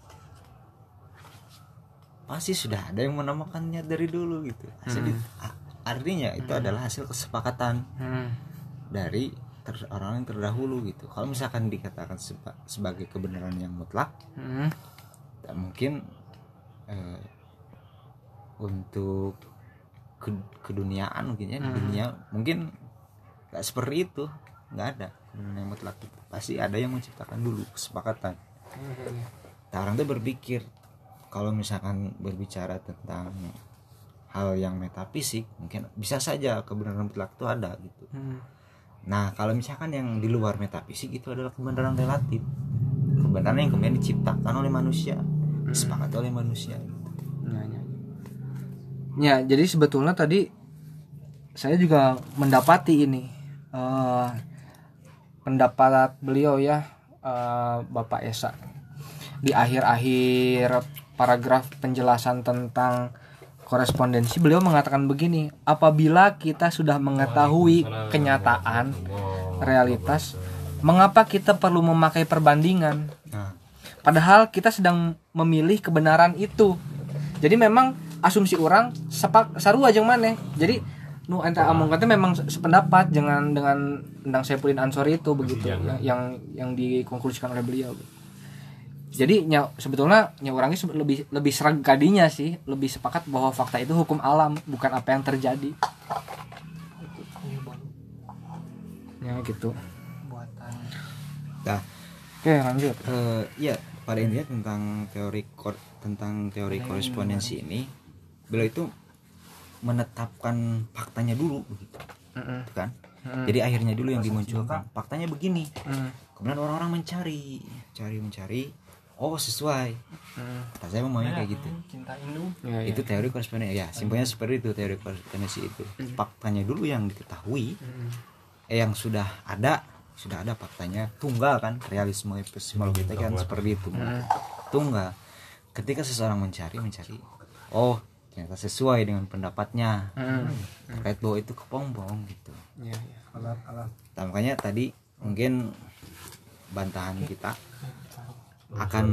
S2: Pasti sudah ada yang menamakannya dari dulu gitu. Hasil
S1: Hmm.
S2: a- artinya itu adalah hasil kesepakatan
S1: Hmm.
S2: dari ter- orang yang terdahulu gitu. Kalau misalkan dikatakan seba- sebagai kebenaran yang mutlak,
S1: Hmm.
S2: tak mungkin eh, untuk ke keduniaan mungkin ya, di
S1: Hmm.
S2: dunia mungkin nggak seperti itu, nggak ada kebenaran yang mutlak itu. Pasti ada yang menciptakan dulu kesepakatan. Nah, orang tuh berpikir kalau misalkan berbicara tentang hal yang metafisik, mungkin bisa saja kebenaran mutlak itu ada gitu.
S1: Hmm.
S2: Nah, kalau misalkan yang di luar metafisik itu adalah kebenaran relatif, kebenaran yang kemudian diciptakan oleh manusia, disepakati oleh manusia gitu.
S1: Ya, ya. Ya, jadi sebetulnya tadi saya juga mendapati ini eh, pendapat beliau ya, eh, Bapak Esa, di akhir-akhir paragraf penjelasan tentang korespondensi beliau mengatakan begini, apabila kita sudah mengetahui kenyataan realitas, mengapa kita perlu memakai perbandingan?
S2: Nah,
S1: padahal kita sedang memilih kebenaran itu. Jadi memang asumsi orang sepak sarua jeung maneh. Jadi nu enta omong kata memang sependapat dengan dengan tentang Saipudin Ansori itu begitu ya, yang yang dikonklusikan oleh beliau. Jadi nya, sebetulnya nya orangnya lebih lebih serag kadinya sih, lebih sepakat bahwa fakta itu hukum alam, bukan apa yang terjadi. Ya gitu.
S2: Nah,
S1: oke lanjut.
S2: uh, ya pada intinya tentang teori kor- tentang teori korespondensi ini, beliau itu menetapkan faktanya dulu begitu,
S1: Mm-mm.
S2: kan?
S1: Mm-mm.
S2: Jadi akhirnya dulu yang dimunculkan faktanya begini.
S1: Mm.
S2: Kemudian orang-orang mencari, cari mencari, oh sesuai.
S1: Mm.
S2: Kata saya memangnya kayak gitu.
S1: Ya, ya.
S2: Itu teori korespondensi. Ya, simpelnya seperti itu teori korespondensi itu. Faktanya dulu yang diketahui,
S1: Mm.
S2: eh yang sudah ada, sudah ada faktanya tunggal kan, realisme epistemologi kita kan seperti itu.
S1: Mm.
S2: Tunggal. Ketika seseorang mencari, mencari, oh ternyata sesuai dengan pendapatnya,
S1: Mm.
S2: terkait bahwa itu kepompong gitu.
S1: Ya, ya. Alat-alat.
S2: Nah, makanya tadi mungkin bantahan kita akan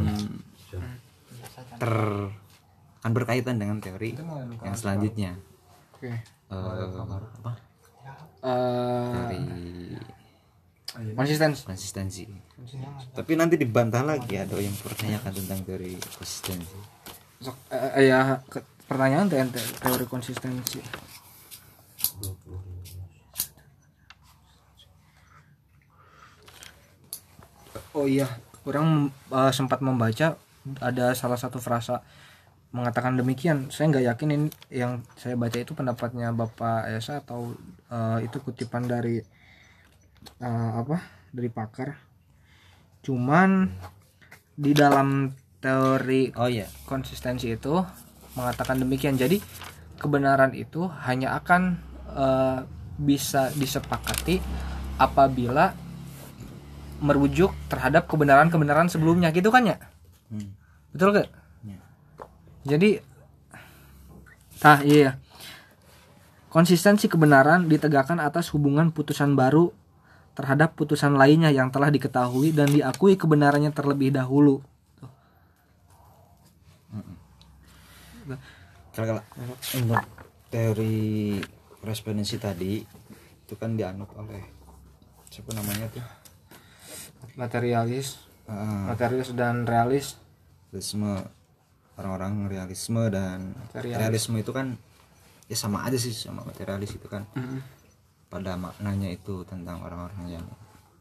S2: ter akan berkaitan dengan teori yang selanjutnya.
S1: Oke.
S2: Eh, apa?
S1: Eh,
S2: Teori
S1: konsistensi.
S2: konsistensi. Tapi nanti dibantah lagi, ada yang pertanyakan tentang teori konsistensi.
S1: Sok, eh, ya ke- pertanyaan te- te- teori konsistensi. Oh iya, orang uh, sempat membaca ada salah satu frasa mengatakan demikian. Saya nggak yakin ini yang saya baca itu pendapatnya Bapak Esa atau uh, itu kutipan dari uh, apa? Dari pakar. Cuman di dalam teori
S2: Oh iya,
S1: konsistensi itu mengatakan demikian. Jadi kebenaran itu hanya akan uh, bisa disepakati apabila merujuk terhadap kebenaran-kebenaran sebelumnya, gitu kan ya?
S2: Hmm.
S1: Betul gak?
S2: Ya.
S1: Jadi, ah iya, konsistensi kebenaran ditegakkan atas hubungan putusan baru terhadap putusan lainnya yang telah diketahui dan diakui kebenarannya terlebih dahulu.
S2: Kalau untuk teori korespondensi tadi itu kan dianut oleh siapa namanya tuh?
S1: Materialis,
S2: Uh,
S1: materialis dan realis.
S2: realisme, orang-orang realisme dan
S1: Materialis.
S2: realisme itu kan ya sama aja sih sama materialis itu kan.
S1: Mm-hmm.
S2: Pada maknanya itu tentang orang-orang yang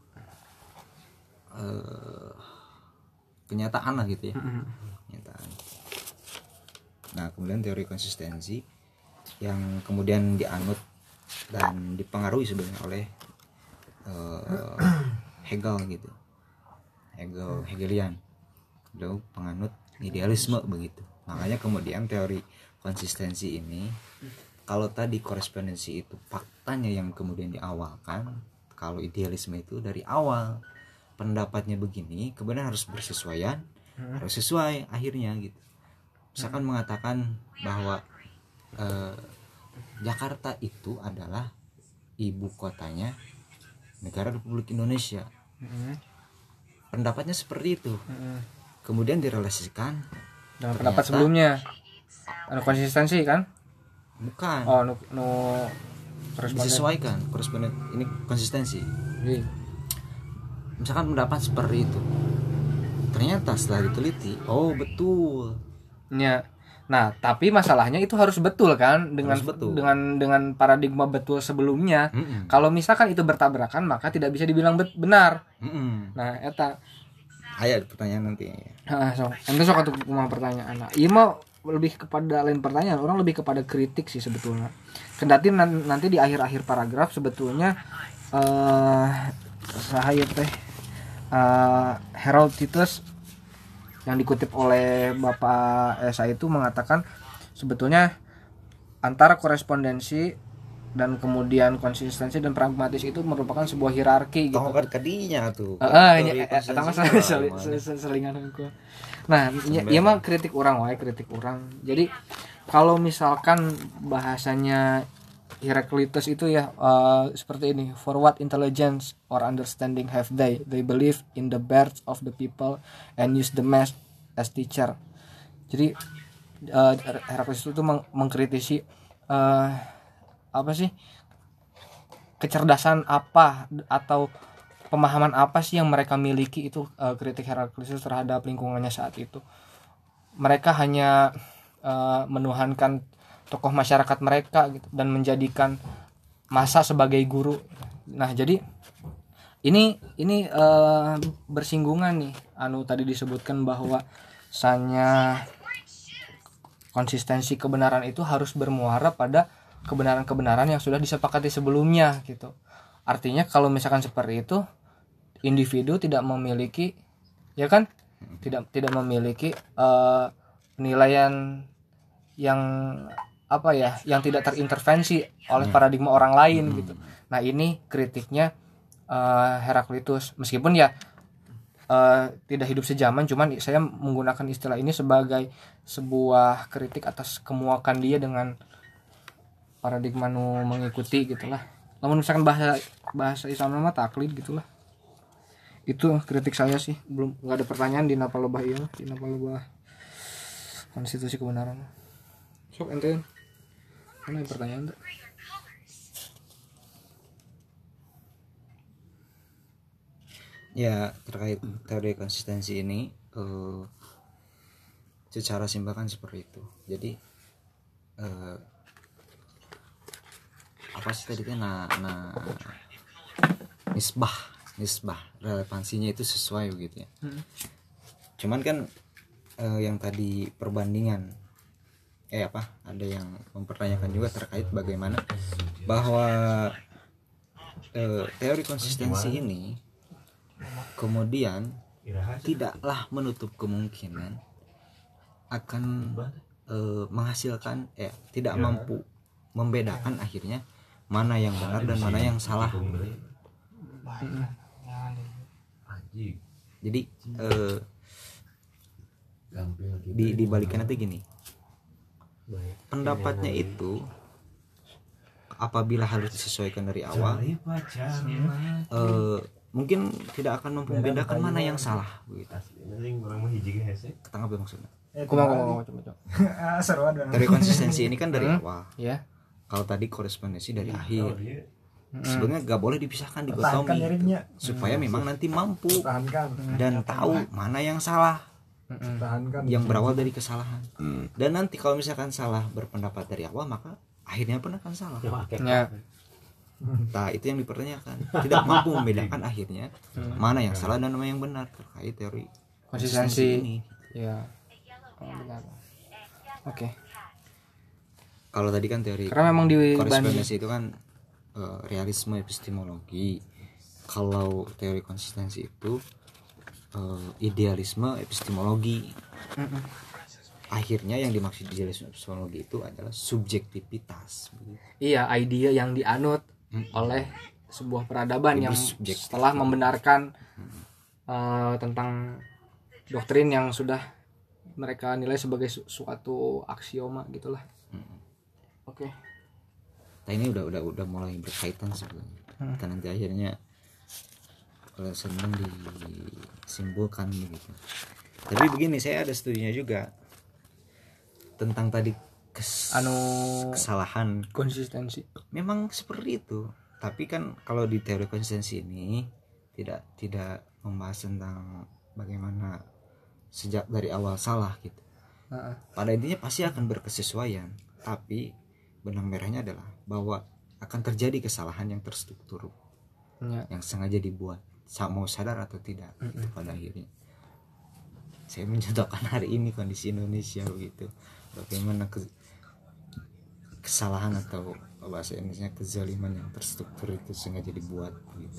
S2: uh, kenyataan lah gitu ya.
S1: Mm-hmm.
S2: Kenyataan. Nah kemudian teori konsistensi yang kemudian dianut dan dipengaruhi sebenarnya oleh uh, Hegel gitu, Hegel Hegelian, beliau penganut idealisme begitu. Makanya kemudian teori konsistensi ini, kalau tadi korespondensi itu faktanya yang kemudian diawalkan, kalau idealisme itu dari awal pendapatnya begini, kemudian harus bersesuaian, hmm. harus sesuai akhirnya gitu. Misalkan hmm. mengatakan bahwa eh, Jakarta itu adalah ibu kotanya negara Republik Indonesia. Hmm. Pendapatnya seperti itu. Hmm. Kemudian direlasikan
S1: dengan pendapat sebelumnya. Anu konsistensi kan?
S2: Bukan.
S1: Oh, nu nu
S2: disesuaikan, koresponden ini konsistensi.
S1: Jadi,
S2: misalkan pendapat seperti itu. Ternyata setelah diteliti, oh betul.
S1: Ya. Nah, tapi masalahnya itu harus betul kan dengan
S2: betul.
S1: dengan dengan paradigma betul sebelumnya.
S2: Mm-mm.
S1: Kalau misalkan itu bertabrakan, maka tidak bisa dibilang bet- benar.
S2: Mm-mm.
S1: Nah, eta
S2: aya pertanyaan nanti.
S1: Heeh, so. Ente sok atuh kumaha pertanyaan. Nah, ieu mah lebih kepada lain pertanyaan, orang lebih kepada kritik sih sebetulnya. Kendati nanti di akhir-akhir paragraf sebetulnya eh sahaya teh uh, Harold Titus yang dikutip oleh Bapak Esa itu mengatakan sebetulnya antara korespondensi dan kemudian konsistensi dan pragmatis itu merupakan sebuah hierarki gitu.
S2: Tahu kan kadinya tuh.
S1: Heeh, eta mah selingan aku. Nah, ieu mah kritik orang wae, kritik orang. Jadi kalau misalkan bahasanya Heraclitus itu ya uh, seperti ini. For what intelligence or understanding have they? They believe in the birth of the people and use the mass as teacher. Jadi uh, Heraclitus itu meng- mengkritisi uh, apa sih kecerdasan apa atau pemahaman apa sih yang mereka miliki. Itu uh, kritik Heraclitus terhadap lingkungannya saat itu. Mereka hanya uh, menuhankan tokoh masyarakat mereka gitu, dan menjadikan massa sebagai guru. Nah jadi ini ini uh, bersinggungan nih anu tadi disebutkan bahwa sanya konsistensi kebenaran itu harus bermuara pada kebenaran-kebenaran yang sudah disepakati sebelumnya gitu. Artinya kalau misalkan seperti itu, individu tidak memiliki ya kan tidak tidak memiliki uh, penilaian yang apa ya yang tidak terintervensi oleh paradigma orang lain gitu. Nah ini kritiknya uh, Heraclitus, meskipun ya uh, tidak hidup sejaman, cuman saya menggunakan istilah ini sebagai sebuah kritik atas kemuakan dia dengan paradigma nu mengikuti gitulah. Namun misalkan bahasa bahasa Islam nama taklid gitulah. Itu kritik saya sih. Belum nggak ada pertanyaan di napa lobah ieu, di napa lobah konstitusi kebenaran. Sok ente mana yang pertanyaan tuh?
S2: Ya terkait teori konsistensi ini uh, secara simpel kan seperti itu. Jadi uh, apa sih tadi kan nah, nah nisbah nisbah relevansinya itu sesuai begitu ya. Hmm. Cuman kan uh, yang tadi perbandingan eh apa ada yang mempertanyakan juga terkait bagaimana bahwa eh, teori konsistensi ini kemudian tidaklah menutup kemungkinan akan eh, menghasilkan eh tidak mampu membedakan akhirnya mana yang benar dan mana yang salah. Jadi eh, di dibalikan nanti gini, pendapatnya itu apabila harus disesuaikan dari awal uh, mungkin tidak akan mampu membedakan mana yang salah begitu. Ketangkap maksudnya. Dari konsistensi ini kan dari awal. Ya. Kalau tadi korespondensi dari akhir. Sebenarnya gak boleh dipisahkan, dikotomi gitu, supaya memang nanti mampu dan tahu mana yang salah. Yang berawal dari kesalahan. Hmm. Dan nanti kalau misalkan salah berpendapat dari awal, maka akhirnya pun akan salah. Ya. Nah itu yang dipertanyakan. Tidak mampu membedakan akhirnya hmm. mana yang salah dan mana yang benar terkait teori konsistensi ini. Ya. Oh, benar. Oke. Okay. Kalau tadi kan teori korespondensi itu kan uh, realisme epistemologi. Kalau teori konsistensi itu Uh, idealisme epistemologi. Mm-mm. Akhirnya yang dimaksud idealisme epistemologi itu adalah subjektivitas.
S1: Iya, ide yang dianut mm-hmm. oleh sebuah peradaban yang setelah membenarkan mm-hmm. uh, tentang doktrin yang sudah mereka nilai sebagai su- suatu aksioma gitulah. Mm-hmm. Oke. Okay.
S2: Nah ini udah udah udah mulai berkaitan sebenarnya. Mm. Dan nanti akhirnya kalau senang disimpulkan begitu. Tapi begini, saya ada studinya juga tentang tadi kes-
S1: anu
S2: kesalahan
S1: konsistensi.
S2: Memang seperti itu. Tapi kan kalau di teori konsistensi ini tidak tidak membahas tentang bagaimana sejak dari awal salah gitu. Uh-uh. Pada intinya pasti akan berkesesuaian. Tapi benang merahnya adalah bahwa akan terjadi kesalahan yang terstruktur, ya. Yang sengaja dibuat. Mau sadar atau tidak mm-hmm. pada akhirnya saya mencontohkan hari ini kondisi Indonesia begitu, bagaimana ke- kesalahan atau bahasa Indonesia kezaliman yang terstruktur itu sengaja dibuat begitu.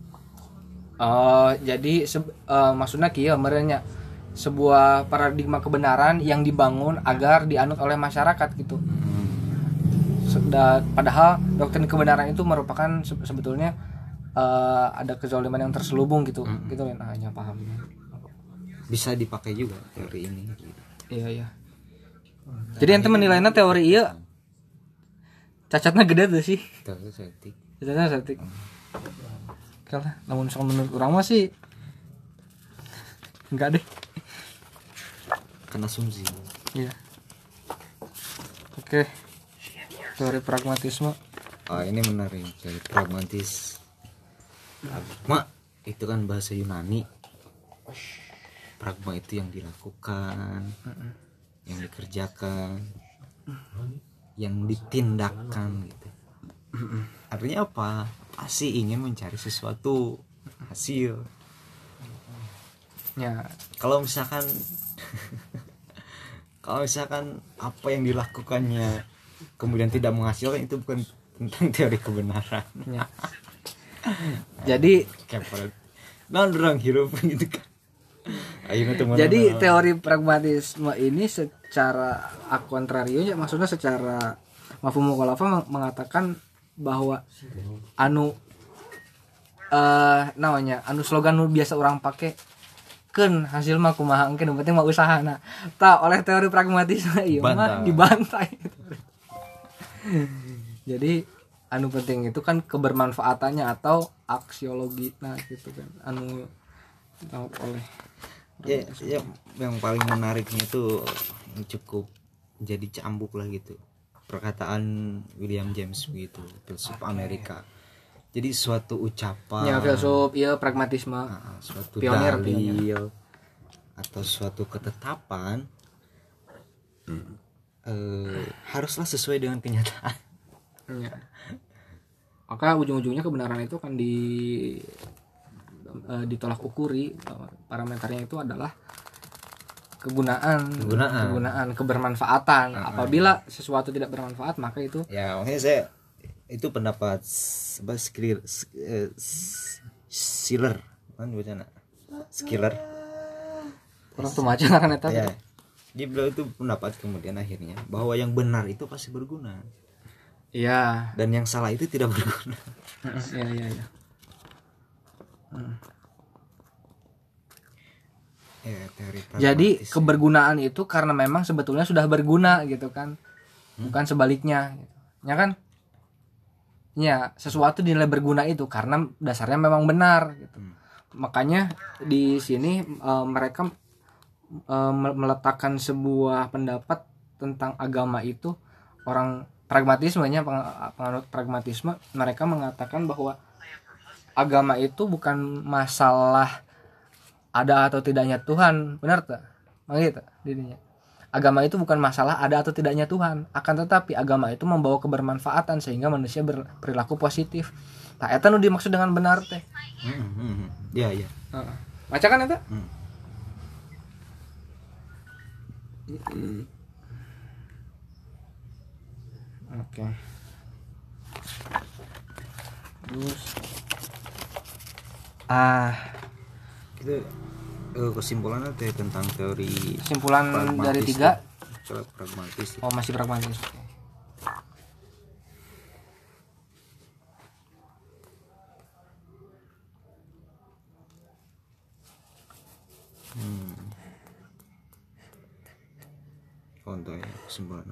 S1: Oh jadi se- uh, maksudnya kieu merenya sebuah paradigma kebenaran yang dibangun agar dianut oleh masyarakat gitu. Hmm. Sudah, padahal doktrin kebenaran itu merupakan se- sebetulnya Uh, ada kezaliman yang terselubung gitu, mm-hmm. gitu kan, hanya paham.
S2: Bisa dipakai juga teori ini. Gitu.
S1: Iya iya. Jadi ente menilainya teori iya cacatnya gede tuh sih.
S2: Itu setik.
S1: Cacatnya setik. Kalau namun soal menurut orang mah sih enggak deh.
S2: Kan asumsi.
S1: Iya. Oke. Teori pragmatisme.
S2: Oh, ini menarik. Teori pragmatis. Pragma itu kan bahasa Yunani. Pragma itu yang dilakukan, yang dikerjakan, yang ditindakkan gitu. Artinya apa? Pasti ingin mencari sesuatu hasil.
S1: Ya,
S2: Kalau misalkan kalau misalkan apa yang dilakukannya kemudian tidak menghasilkan, itu bukan tentang teori kebenaran.
S1: ya. Jadi
S2: Kayak pada nah orang hirup gitu kan. Ayo teman.
S1: jadi teori pragmatisme ini secara a contrario ya, maksudnya secara mafhum mukhalafah mengatakan bahwa anu eh namanya anu slogan nu biasa orang pakai ken hasil mah kumaha engke nu penting mah usahana. Tah oleh teori pragmatisme ieu mah dibantai. Jadi anu penting itu kan kebermanfaatannya atau aksiologi nah gitu kan. Anu oleh
S2: ya, ya yang paling menariknya itu cukup jadi cambuk lah gitu perkataan William James begitu, filsuf Amerika. Jadi suatu ucapan
S1: ya filsuf iya pragmatisme
S2: nah, suatu
S1: pionir,
S2: dalil
S1: pionir.
S2: atau suatu ketetapan hmm. eh, haruslah sesuai dengan kenyataan.
S1: Ya. Maka ujung-ujungnya kebenaran itu akan di e, ditolak ukuri, parameternya itu adalah kegunaan,
S2: kegunaan,
S1: kegunaan kebermanfaatan.
S2: Uh-huh.
S1: Apabila sesuatu tidak bermanfaat maka itu
S2: ya makanya saya itu pendapat apa Skiller Schiller kan bacana Skiller
S1: orang tuh macam kan eta.
S2: Ya. Dia bilang itu pendapat kemudian akhirnya bahwa yang benar itu pasti berguna.
S1: Iya.
S2: Dan yang salah itu tidak berguna.
S1: Iya iya iya. Hmm.
S2: Ya, teori
S1: Jadi
S2: pragmatis,
S1: kebergunaan itu karena memang sebetulnya sudah berguna gitu kan. Bukan sebaliknya gitu. Ya kan? Ya, sesuatu dinilai berguna itu karena dasarnya memang benar gitu.
S2: Hmm.
S1: Makanya di sini e, mereka e, meletakkan sebuah pendapat tentang agama itu, orang pragmatismenya penganut pragmatisme, mereka mengatakan bahwa agama itu bukan masalah ada atau tidaknya Tuhan, benar tak? Begitu dirinya. Agama itu bukan masalah ada atau tidaknya Tuhan, akan tetapi agama itu membawa kebermanfaatan sehingga manusia berperilaku positif. Nah, eta nu dimaksud dengan benar teh.
S2: Hmm, hmm, hmm. Ya, ya.
S1: Heeh. Baca kan eta?
S2: Hmm.
S1: Oke. Terus ah
S2: Itu eh, kesimpulannya teh tentang teori
S1: kesimpulan
S2: pragmatis
S1: dari tiga
S2: teh. Pragmatis.
S1: oh masih pragmatis. Oke.
S2: Hmm. Contoh ya kesimpulan.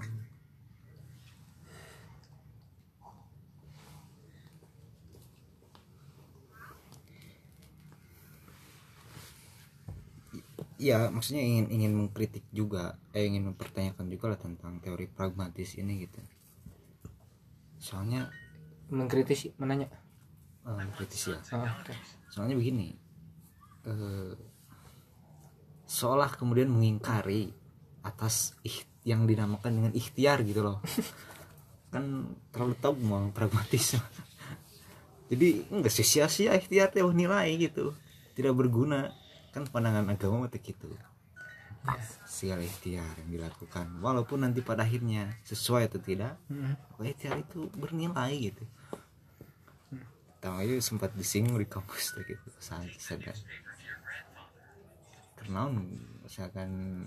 S2: Ya maksudnya ingin ingin mengkritik juga, eh, ingin mempertanyakan juga lah tentang teori pragmatis ini gitu. Soalnya
S1: Mengkritisi menanya.
S2: eh, mengkritisi ya.
S1: Oh, okay.
S2: Soalnya begini, eh, seolah kemudian mengingkari atas ih, yang dinamakan dengan ikhtiar gitu loh. Kan terlalu tabu mau pragmatis. Jadi enggak sia-sia ikhtiar teh nilai gitu, tidak berguna. Kan pandangan agama mah gitu. Segala ikhtiar yang dilakukan walaupun nanti pada akhirnya sesuai atau tidak, mm-hmm. ikhtiar itu bernilai gitu. Tahu aja sempat disinggung di kampus tuh gitu saat sadar. Karena misalkan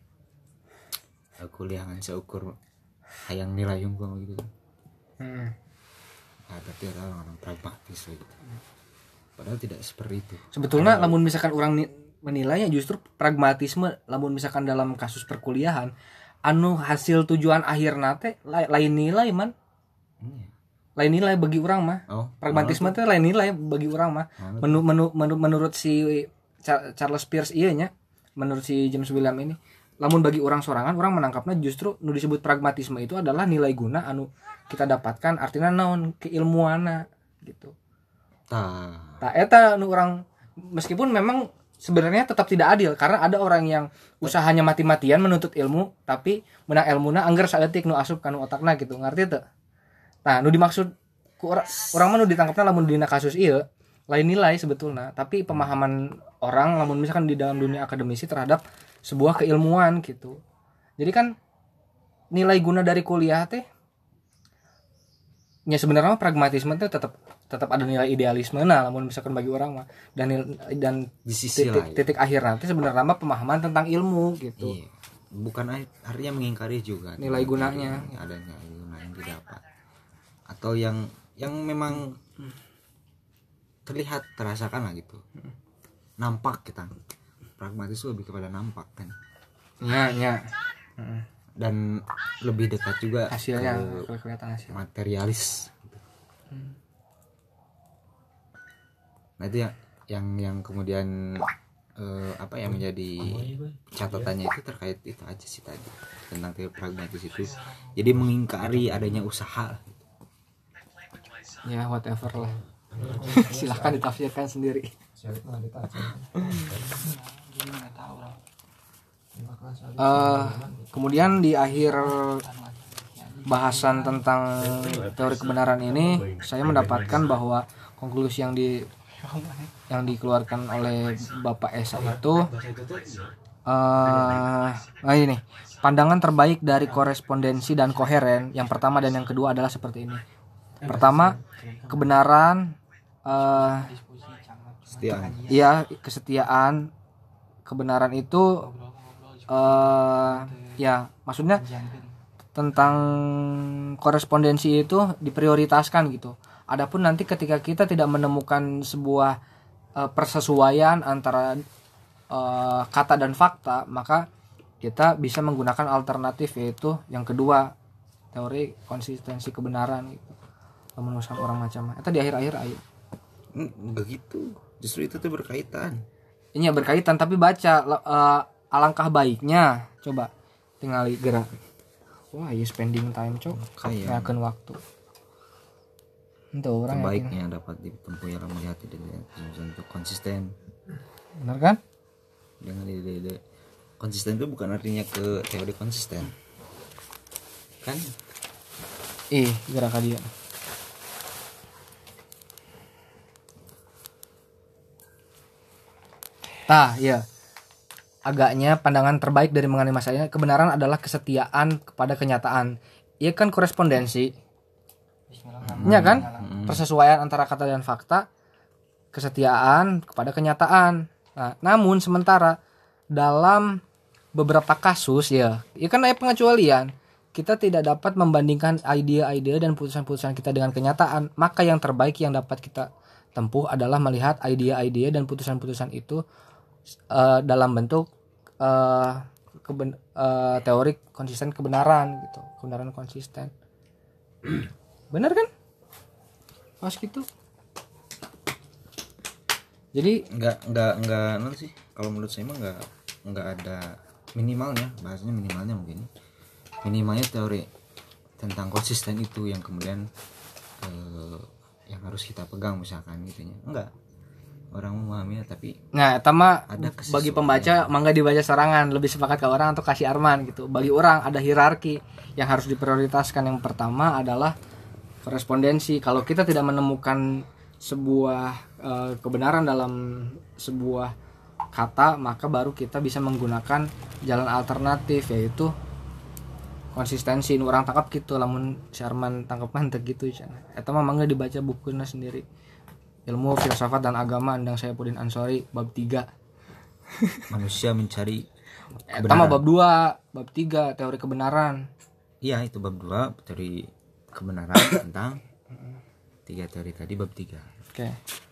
S2: kuliah ngan seukur hayang nilai unggul gitu. Hmm. Nah, tapi ada orang pragmatis gitu. Padahal tidak seperti itu.
S1: Sebetulnya ada, lamun misalkan orang menilainya justru pragmatisme, lamun misalkan dalam kasus perkuliahan anu hasil tujuan akhir nate lain nilai man.
S2: Iya.
S1: Lain nilai bagi orang mah.
S2: Oh,
S1: Pragmatisme teh lain nilai bagi orang mah. Menu, menu, menu, menurut si Charles Peirce iya nya, menurut si James William ini, lamun bagi orang sorangan orang menangkapnya justru nu disebut pragmatisme itu adalah nilai guna anu kita dapatkan artinya naon keilmuanna gitu.
S2: Tah.
S1: Tah eta nu orang meskipun memang sebenarnya tetap tidak adil karena ada orang yang usahanya mati-matian menuntut ilmu tapi menang ilmuna anggar saeutik nu asup kana otakna gitu. Ngarti teu? Nah, nu dimaksud ku orang orang mah nu ditangkapna lamun dina kasus ieu lain nilai sebetulnya, tapi pemahaman orang lamun misalkan di dalam dunia akademisi terhadap sebuah keilmuan gitu. Jadi kan nilai guna dari kuliah teh nya sebenarnya pragmatisme teh tetap tetap ada nilai idealisme nah lamun misalkan bagi orang mah dan dan
S2: Di sisi
S1: titik,
S2: lain.
S1: titik akhir nanti sebenarnya mah pemahaman tentang ilmu gitu.
S2: Iya. Bukan artinya mengingkari juga
S1: Nilai gunanya.
S2: ada nilai guna yang didapat atau yang yang memang terlihat terasakan lah gitu, nampak kita pragmatis itu lebih kepada nampak kan
S1: Ya, ya.
S2: dan lebih dekat juga
S1: Hasilnya
S2: ke
S1: kelihatan hasil.
S2: materialis gitu. Nah itu ya yang yang kemudian eh, apa yang menjadi catatannya itu terkait itu aja sih tadi tentang teori pragmatis itu, jadi mengingkari adanya usaha.
S1: Ya whatever lah. Silahkan ditafsirkan sendiri. Uh, kemudian di akhir bahasan tentang teori kebenaran ini saya mendapatkan bahwa konklusi yang di yang dikeluarkan oleh Bapak Esa itu uh, nah ini pandangan terbaik dari korespondensi dan koheren yang pertama dan yang kedua adalah seperti ini. Pertama, kebenaran uh,
S2: Kesetiaan.
S1: Iya, kesetiaan, kebenaran itu uh, ya maksudnya tentang korespondensi itu diprioritaskan gitu. Adapun nanti ketika kita tidak menemukan sebuah uh, persesuaian antara uh, kata dan fakta, maka kita bisa menggunakan alternatif yaitu yang kedua, teori konsistensi kebenaran gitu. Menuliskan orang macam itu di akhir-akhir ayat.
S2: Enggak gitu. Justru itu tuh berkaitan.
S1: Ini ya berkaitan tapi baca uh, alangkah baiknya coba tinggali gerak. Wah, ya spending time cok.
S2: Kayak
S1: Ngakeun waktu. Itu orang
S2: terbaiknya yang dapat ditempuh ialah melihat ide untuk konsisten.
S1: Benar kan?
S2: Dengan ide-ide konsisten itu bukan artinya ke teori konsisten. Kan?
S1: Ih, gerak dia. Tah, ya. Agaknya pandangan terbaik dari mengenai masalahnya kebenaran adalah kesetiaan kepada kenyataan. Iya kan korespondensi. Iya kan? Hmm. Persesuaian antara kata dan fakta, kesetiaan kepada kenyataan. Nah, namun sementara dalam beberapa kasus ya, ya kan ada pengecualian. Kita tidak dapat membandingkan ide-ide dan putusan-putusan kita dengan kenyataan. Maka yang terbaik yang dapat kita tempuh adalah melihat ide-ide dan putusan-putusan itu Uh, dalam bentuk uh, keben, uh, teori konsisten kebenaran gitu, kebenaran konsisten. Benar kan? Pas gitu. Jadi
S2: enggak enggak enggak non sih. Kalau menurut saya mah enggak enggak ada minimalnya, bahasanya minimalnya mungkin. Minimalnya teori tentang konsisten itu yang kemudian uh, yang harus kita pegang misalkan gitunya. Enggak. Orang memahaminya tapi
S1: nah etama
S2: ada
S1: bagi pembaca mangga dibaca serangan lebih sepakat ke orang atau kasih Arman gitu. Bagi orang ada hierarki yang harus diprioritaskan. Yang pertama adalah korespondensi. Kalau kita tidak menemukan sebuah uh, kebenaran dalam sebuah kata, maka baru kita bisa menggunakan jalan alternatif yaitu konsistensi. Nu orang tangkap gitu, lamun si Arman tangkap mantep gitu cenah. Eta mah mangga dibaca bukunya sendiri. Ilmu Filsafat dan Agama Endang Saifuddin Ansori bab tiga.
S2: Manusia mencari
S1: Eta mah bab dua, bab tiga teori kebenaran.
S2: Iya, itu bab dua teori kebenaran tentang tiga teori tadi bab tiga.
S1: Oke.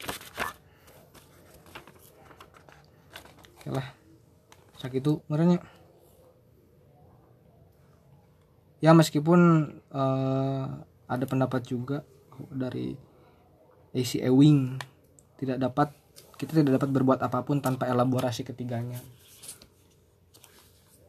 S1: Oke lah. Sakitu merenya. Ya meskipun uh, ada pendapat juga dari A C Ewing, tidak dapat kita tidak dapat berbuat apapun tanpa elaborasi ketiganya.